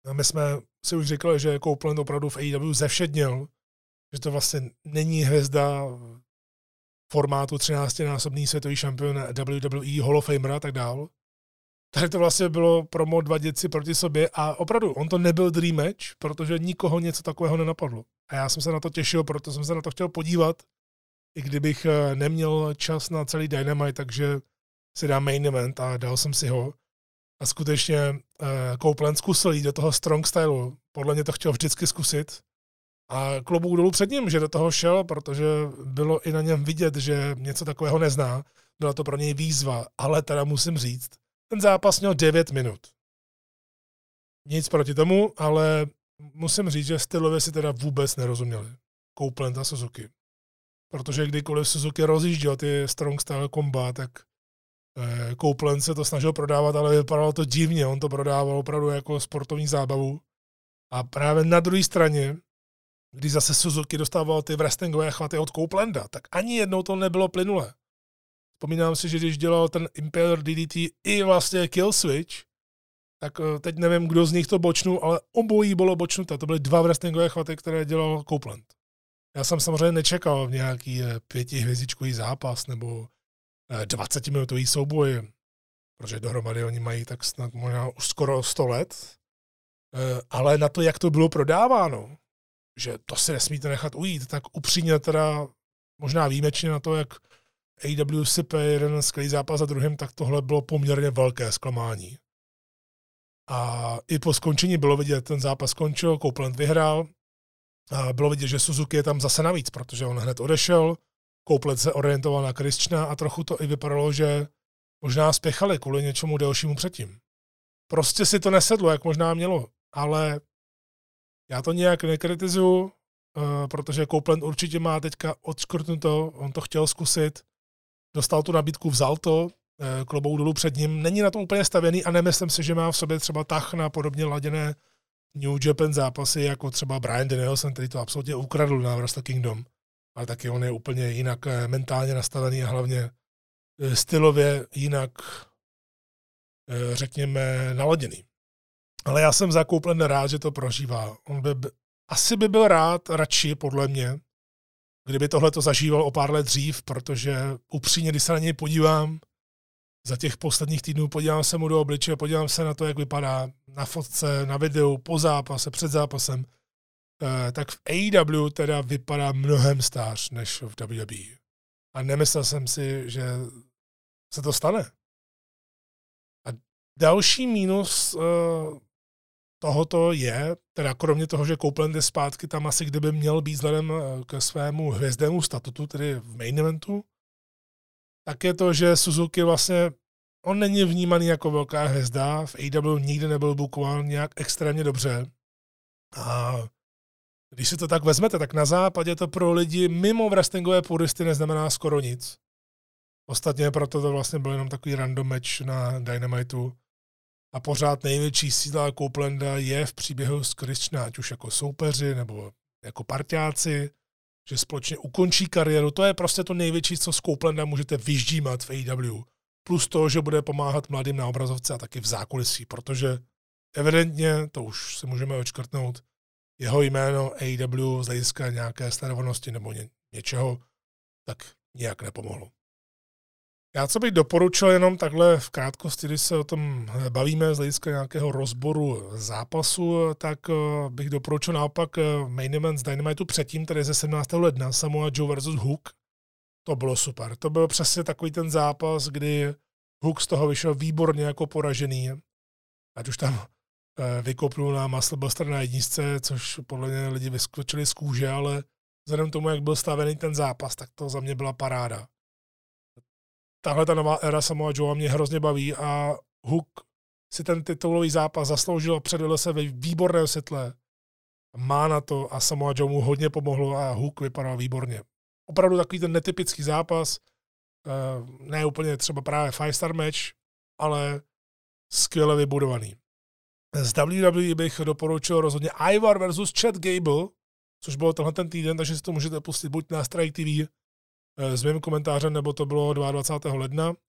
A my jsme si už říkali, že Copeland opravdu v A E W zevšednil, že to vlastně není hvězda formátu třináctinásobný světový šampion W W E, Hall of Famer a tak dál. Tady to vlastně bylo promo dva děci proti sobě a opravdu, on to nebyl dream match, protože nikoho něco takového nenapadlo. A já jsem se na to těšil, proto jsem se na to chtěl podívat, i kdybych neměl čas na celý Dynamite, takže si dám main event a dal jsem si ho. A skutečně uh, Copeland zkusil jít do toho strong stylu. Podle mě to chtěl vždycky zkusit. A klobouk dolů před ním, že do toho šel, protože bylo i na něm vidět, že něco takového nezná. Byla to pro něj výzva, ale teda musím říct, ten zápas měl devět minut. Nic proti tomu, ale musím říct, že stylově si teda vůbec nerozuměli. Copeland a Suzuki. Protože kdykoliv Suzuki rozjížděl ty strong style komba, tak eh, Copeland se to snažil prodávat, ale vypadalo to divně. On to prodával opravdu jako sportovní zábavu. A právě na druhé straně, když zase Suzuki dostával ty wrestlingové chvaty od Copelanda, tak ani jednou to nebylo plynulé. Vzpomínám si, že když dělal ten Impaler D D T i vlastně Kill Switch, tak teď nevím, kdo z nich to bočnul, ale obojí bylo bočnuté. To byly dva wrestlingové chvaty, které dělal Copeland. Já jsem samozřejmě nečekal v nějaký pětihvězdičkový zápas nebo dvacetiminutový souboj, protože dohromady oni mají tak snad možná už skoro sto let, ale na to, jak to bylo prodáváno, že to si nesmíte nechat ujít, tak upřímně teda možná výjimečně na to, jak A E W sype jeden skvělý zápas za druhým, tak tohle bylo poměrně velké zklamání. A i po skončení bylo vidět, ten zápas skončil, Copeland vyhrál, a bylo vidět, že Suzuki je tam zase navíc, protože on hned odešel, Copeland se orientoval na Christiana a trochu to i vypadalo, že možná spěchali kvůli něčemu delšímu předtím. Prostě si to nesedlo, jak možná mělo, ale já to nějak nekritizuju, protože Copeland určitě má teďka odškrtnuto, on to chtěl zkusit, dostal tu nabídku, vzal to, klobouk dolů před ním, není na to úplně stavěný a nemyslím si, že má v sobě třeba tah na podobně laděné New Japan zápasy, jako třeba Bryan Danielson, který to absolutně ukradl na Wrestle Kingdom, ale taky on je úplně jinak mentálně nastavený a hlavně stylově jinak, řekněme, naladěný. Ale já jsem za Copeland rád, že to prožívá. On by, asi by byl rád, radši, podle mě, kdyby tohle to zažíval o pár let dřív, protože upřímně, když se na něj podívám, za těch posledních týdnů podívám se mu do obličeje, podívám se na to, jak vypadá na fotce, na videu, po zápase, před zápasem, tak v A E W teda vypadá mnohem stář než v W W E. A nemyslel jsem si, že se to stane. A další mínus tohoto je, teda kromě toho, že Copeland je zpátky tam asi kdyby měl být vzhledem ke svému hvězdnému statutu, tedy v main eventu, tak je to, že Suzuki vlastně, on není vnímaný jako velká hvězda, v A E W nikdy nebyl bookován nějak extrémně dobře. A když si to tak vezmete, tak na západě to pro lidi mimo wrestlingové puristy neznamená skoro nic. Ostatně proto to vlastně byl jenom takový random match na Dynamitu. A pořád největší síla Copelanda je v příběhu s Christianem, ať už jako soupeři nebo jako parťáci, že společně ukončí kariéru. To je prostě to největší, co z Copelanda můžete vyždímat v A E W. Plus to, že bude pomáhat mladým na obrazovce a taky v zákulisí, protože evidentně, to už si můžeme odškrtnout, jeho jméno A E W z hlediska nějaké sledovanosti nebo ně, něčeho, tak nijak nepomohlo. Já co bych doporučil jenom takhle v krátkosti, když se o tom bavíme z hlediska nějakého rozboru zápasu, tak bych doporučil naopak main event z Dynamitu předtím, tedy ze sedmnáctého ledna, Samoa Joe versus Hook. To bylo super. To byl přesně takový ten zápas, kdy Hook z toho vyšel výborně jako poražený. Ať už tam vykopnul na Muscle Buster na jedničce, což podle mě lidi vyskočili z kůže, ale vzhledem k tomu, jak byl stavený ten zápas, tak to za mě byla paráda. Tahle ta nová éra Samoa Joe mě hrozně baví a Hook si ten titulový zápas zasloužil a předvedl se ve výborném světle. Má na to a Samoa Joe mu hodně pomohlo a Hook vypadal výborně. Opravdu takový ten netypický zápas, ne úplně třeba právě five star match, ale skvěle vybudovaný. Z W W E bych doporučil rozhodně Ivar versus Chad Gable, což bylo tenhle ten týden, takže si to můžete pustit buď na Strike T V s mým komentářem, nebo to bylo dvacátého druhého ledna.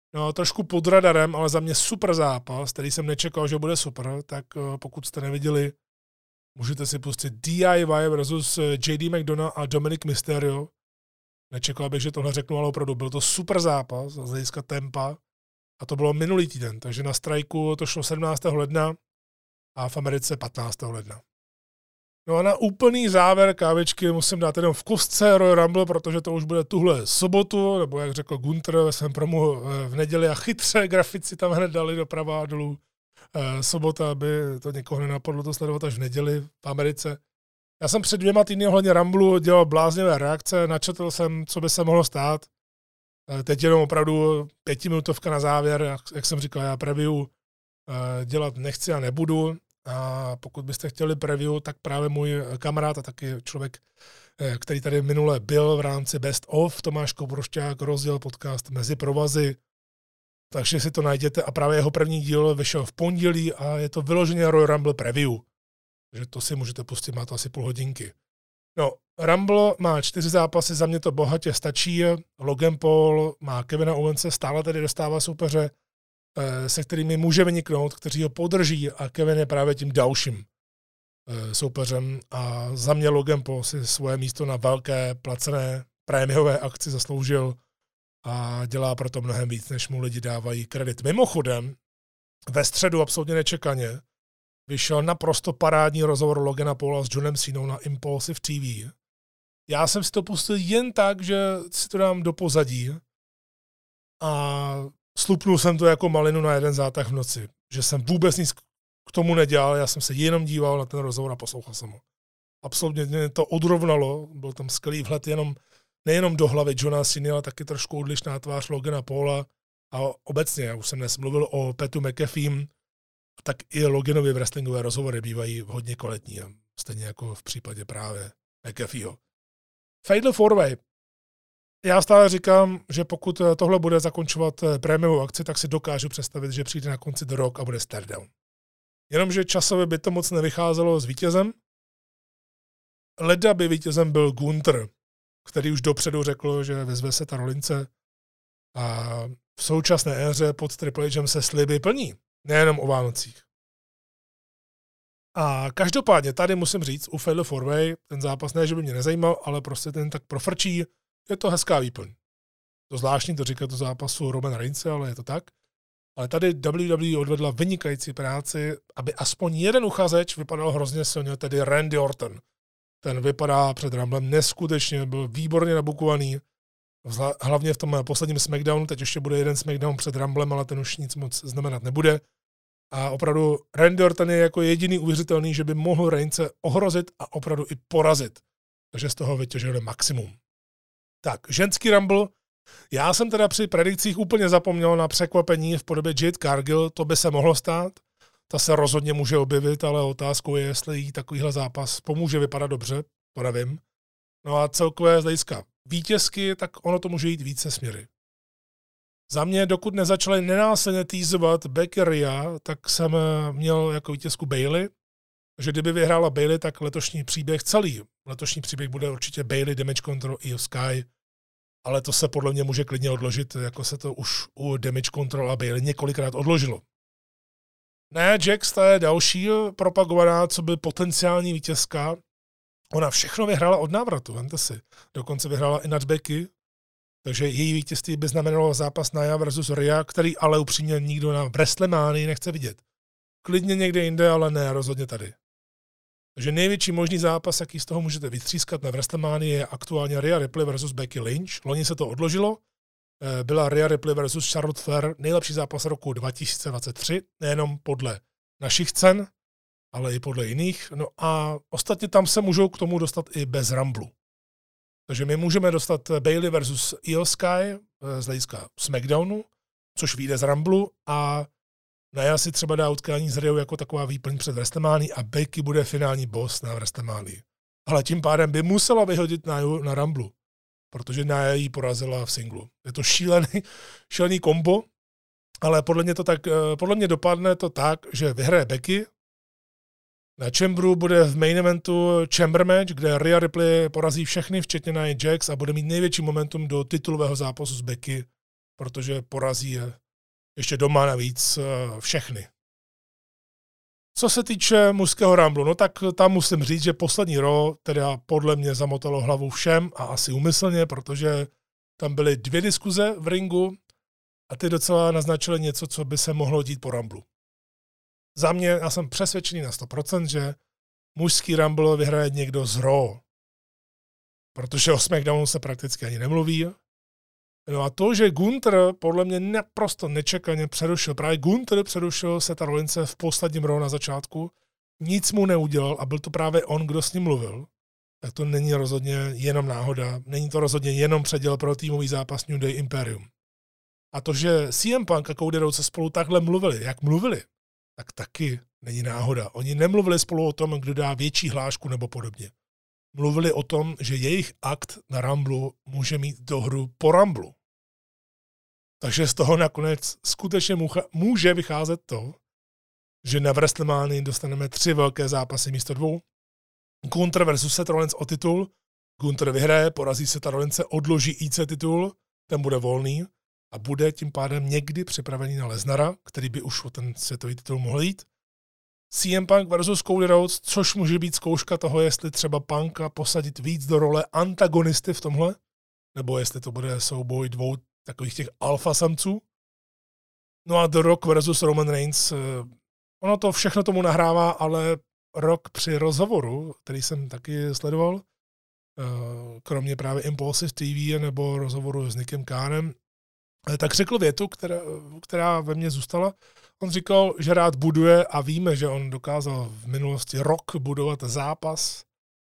No, trošku pod radarem, ale za mě super zápas, který jsem nečekal, že bude super, tak pokud jste neviděli, můžete si pustit D I Y versus J D McDonough a Dominic Mysterio. Nečekal bych, že tohle řeknu, ale opravdu byl to super zápas z hlediska tempa a to bylo minulý týden, takže na strajku to šlo sedmnáctého ledna a v Americe patnáctého ledna. No a na úplný závěr kávičky musím dát jenom v kostce Royal Rumble, protože to už bude tuhle sobotu, nebo jak řekl Gunther ve svém promu v neděli a chytře grafici tam hned dali doprava a dolů sobota, aby to někoho nenapadlo to sledovat až v neděli v Americe. Já jsem před dvěma týdny ohledně Rumble dělal bláznivé reakce, načetl jsem, co by se mohlo stát. Teď jenom opravdu pětiminutovka na závěr, jak, jak jsem říkal, já preview dělat nechci a nebudu. A pokud byste chtěli preview, tak právě můj kamarád a taky člověk, který tady minule byl v rámci Best of, Tomáš Koubrošťák, rozděl podcast Mezi provazy, takže si to najděte a právě jeho první díl vyšel v pondělí a je to vyloženě Royal Rumble preview. Takže to si můžete pustit, má to asi půl hodinky. No, Rumble má čtyři zápasy, za mě to bohatě stačí. Logan Paul má Kevina Owense, stále tedy dostává soupeře, se kterými může vyniknout, kteří ho podrží a Kevin je právě tím dalším soupeřem. A za mě Logan Paul si svoje místo na velké placené prémiové akci zasloužil a dělá proto mnohem víc, než mu lidi dávají kredit. Mimochodem, ve středu absolutně nečekaně vyšel naprosto parádní rozhovor Logana Paula s Johnem Cenou na Impulsive T V. Já jsem si to pustil jen tak, že si to dám do pozadí a slupnul jsem to jako malinu na jeden zátah v noci. Že jsem vůbec nic k tomu nedělal, já jsem se jenom díval na ten rozhovor a poslouchal jsem ho. Absolutně mě to odrovnalo, byl tam skvělý vhled jenom, nejenom do hlavy Johna Cena, ale taky trošku odlišná tvář Logana Paula a obecně, já už jsem dnes mluvil o Patu McAfeem, tak i Loganovi wrestlingové rozhovory bývají hodně kvalitní, stejně jako v případě právě McAfeeho. Fatal four way. Já stále říkám, že pokud tohle bude zakončovat prémiovou akci, tak si dokážu představit, že přijde na konci The Rock a bude stare down. Jenomže časově by to moc nevycházelo s vítězem. Leda by vítězem byl Gunther, který už dopředu řekl, že vezve se ta Rollince a v současné éře pod Triple Hem se sliby plní. Nejenom o Vánocích. A každopádně tady musím říct, u Fatal four way, ten zápas ne, že by mě nezajímal, ale prostě ten tak profrčí, je to hezká výplň. To zvláštní, to říká to zápasu Roman Reignse, ale je to tak. Ale tady W W E odvedla vynikající práci, aby aspoň jeden uchazeč vypadal hrozně silně, tedy Randy Orton. Ten vypadá před Rumblem neskutečně, byl výborně nabukovaný, hlavně v tom posledním SmackDownu, teď ještě bude jeden SmackDown před Rumblem, ale ten už nic moc znamenat nebude. A opravdu Randy Orton je jako jediný uvěřitelný, že by mohl Reignse ohrozit a opravdu i porazit. Takže z toho vytěžili maximum. Tak, ženský Rumble. Já jsem teda při predikcích úplně zapomněl na překvapení v podobě Jade Cargill, to by se mohlo stát. Ta se rozhodně může objevit, ale otázkou je, jestli jí takovýhle zápas pomůže vypadat dobře, to nevím. No a celkové z hlediska vítězky, tak ono to může jít více směry. Za mě, dokud nezačali nenásilně týzovat Becky Rhea, tak jsem měl jako vítězku Bayley, že kdyby vyhrála Bayley, tak letošní příběh celý. Letošní příběh bude určitě Bayley, Damage Control, Io Sky, ale to se podle mě může klidně odložit, jako se to už u Damage Control a Bayley několikrát odložilo. Ne, Jax, ta je další propagovaná, co by potenciální vítězka. Ona všechno vyhrála od návratu, vemte si. Dokonce vyhrála i nad Becky, takže její vítězství by znamenalo zápas Nia versus Rhea, který ale upřímně nikdo na WrestleManii nechce vidět. Klidně někde jinde, ale ne, rozhodně tady. Takže největší možný zápas, jaký z toho můžete vytřískat na WrestleManii, je aktuálně Rhea Ripley versus Becky Lynch. Loni se to odložilo. Byla Rhea Ripley versus Charlotte Flair nejlepší zápas roku dva tisíce dvacet tři, nejenom podle našich cen, ale i podle jiných. No a ostatně tam se můžou k tomu dostat i bez Rumblu. Takže my můžeme dostat Bayley versus Io Sky z hlediska SmackDownu, což vyjde z Rumblu a Nia si třeba dá utkání s Rheou jako taková výplň před WrestleManii a Becky bude finální boss na WrestleManii. Ale tím pádem by musela vyhodit Niu na Rumblu, protože Nia ji porazila v singlu. Je to šílený, šílený kombo, ale podle mě, to tak, podle mě dopadne to tak, že vyhraje Becky. Na Chamberu bude v main eventu Chamber match, kde Rhea Ripley porazí všechny, včetně Nia Jax a bude mít největší momentum do titulového zápasu s Becky protože porazí je ještě doma navíc všechny. Co se týče mužského Rumblu, no tak tam musím říct, že poslední Raw teda podle mě zamotalo hlavu všem a asi úmyslně, protože tam byly dvě diskuze v ringu a ty docela naznačily něco, co by se mohlo dít po Rumblu. Za mě, já jsem přesvědčený na sto procent, že mužský Rumble vyhraje někdo z Raw, protože o SmackDownu se prakticky ani nemluví. No a to, že Gunther podle mě naprosto nečekaně přerušil, právě Gunther přerušil Setha Rollinse v posledním Raw na začátku, nic mu neudělal a byl to právě on, kdo s ním mluvil, tak to není rozhodně jenom náhoda, není to rozhodně jenom předěl pro týmový zápas New Day Imperium. A to, že C M Punk a Cody Rhodes spolu takhle mluvili, jak mluvili, tak taky není náhoda. Oni nemluvili spolu o tom, kdo dá větší hlášku nebo podobně. Mluvili o tom, že jejich akt na Rumblu může mít dohru po Rumblu. Takže z toho nakonec skutečně může vycházet to, že na WrestleManii dostaneme tři velké zápasy místo dvou. Gunther versus Seth Rollins o titul. Gunther vyhraje, porazí Setha Rollinse, odloží I C titul, ten bude volný a bude tím pádem někdy připravený na Lesnara, který by už o ten světový titul mohl jít. C M Punk versus Cody Rhodes, což může být zkouška toho, jestli třeba Punka posadit víc do role antagonisty v tomhle, nebo jestli to bude souboj dvou takových těch alfa samců. No a The Rock versus Roman Reigns, ono to všechno tomu nahrává, ale Rock při rozhovoru, který jsem taky sledoval, kromě právě Impulsive T V nebo rozhovoru s Nickem Khanem, tak řekl větu, která, která ve mně zůstala. On říkal, že rád buduje a víme, že on dokázal v minulosti rok budovat zápas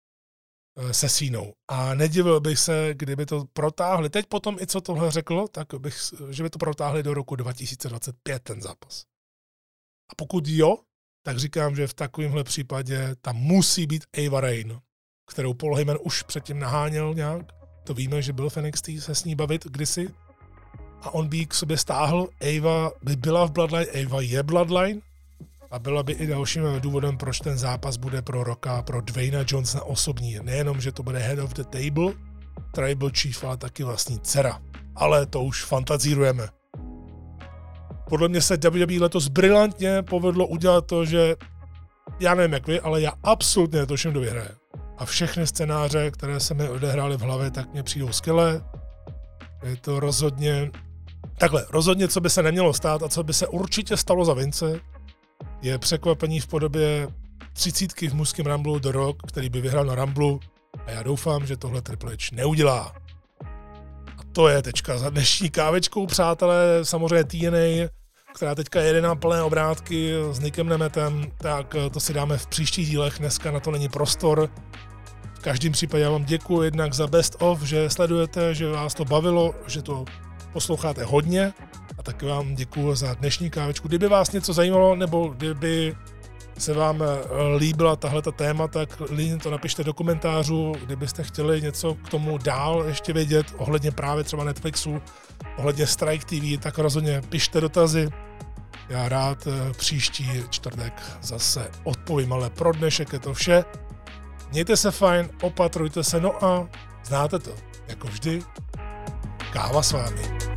se Cénou. A nedivil bych se, kdyby to protáhli. Teď potom i co tohle řekl, tak bych, že by to protáhli do roku dva tisíce dvacet pět ten zápas. A pokud jo, tak říkám, že v takovémhle případě tam musí být Ava Raine, kterou Paul Heyman už předtím naháněl nějak. To víme, že byl v N X T se s ní bavit kdysi. A on by ji k sobě stáhl. Ava by byla v Bloodline, Ava je Bloodline a byla by i dalším důvodem, proč ten zápas bude pro Rocka, pro Dwayna Johnsona osobní. Nejenom, že to bude head of the table, tribal chief, ale taky vlastní dcera. Ale to už fantazírujeme. Podle mě se W W E letos brilantně povedlo udělat to, že já nevím jak vy, ale já absolutně netuším, kdo vyhraje. A všechny scénáře, které se mi odehrály v hlavě, tak mě přijdou skvělé. Je to rozhodně takhle, rozhodně, co by se nemělo stát a co by se určitě stalo za Vince, je překvapení v podobě třicítky v mužském Rumblu The Rock, který by vyhrál na Rumblu a já doufám, že tohle Triple H neudělá. A to je tečka za dnešní kávečkou, přátelé, samozřejmě T N A, která teďka jede na plné obrátky s Nickem Nemetem, tak to si dáme v příštích dílech, dneska na to není prostor. V každém případě já vám děkuji jednak za best of, že sledujete, že vás to bavilo, že to posloucháte hodně a taky vám děkuji za dnešní kávečku. Kdyby vás něco zajímalo, nebo kdyby se vám líbila tahleta téma, tak lidi to napište do komentářů, kdybyste chtěli něco k tomu dál ještě vědět, ohledně právě třeba Netflixu, ohledně Strike T V, tak rozhodně pište dotazy. Já rád příští čtvrtek zase odpovím, ale pro dnešek je to vše. Mějte se fajn, opatrujte se, no a znáte to, jako vždy, káva s vámi.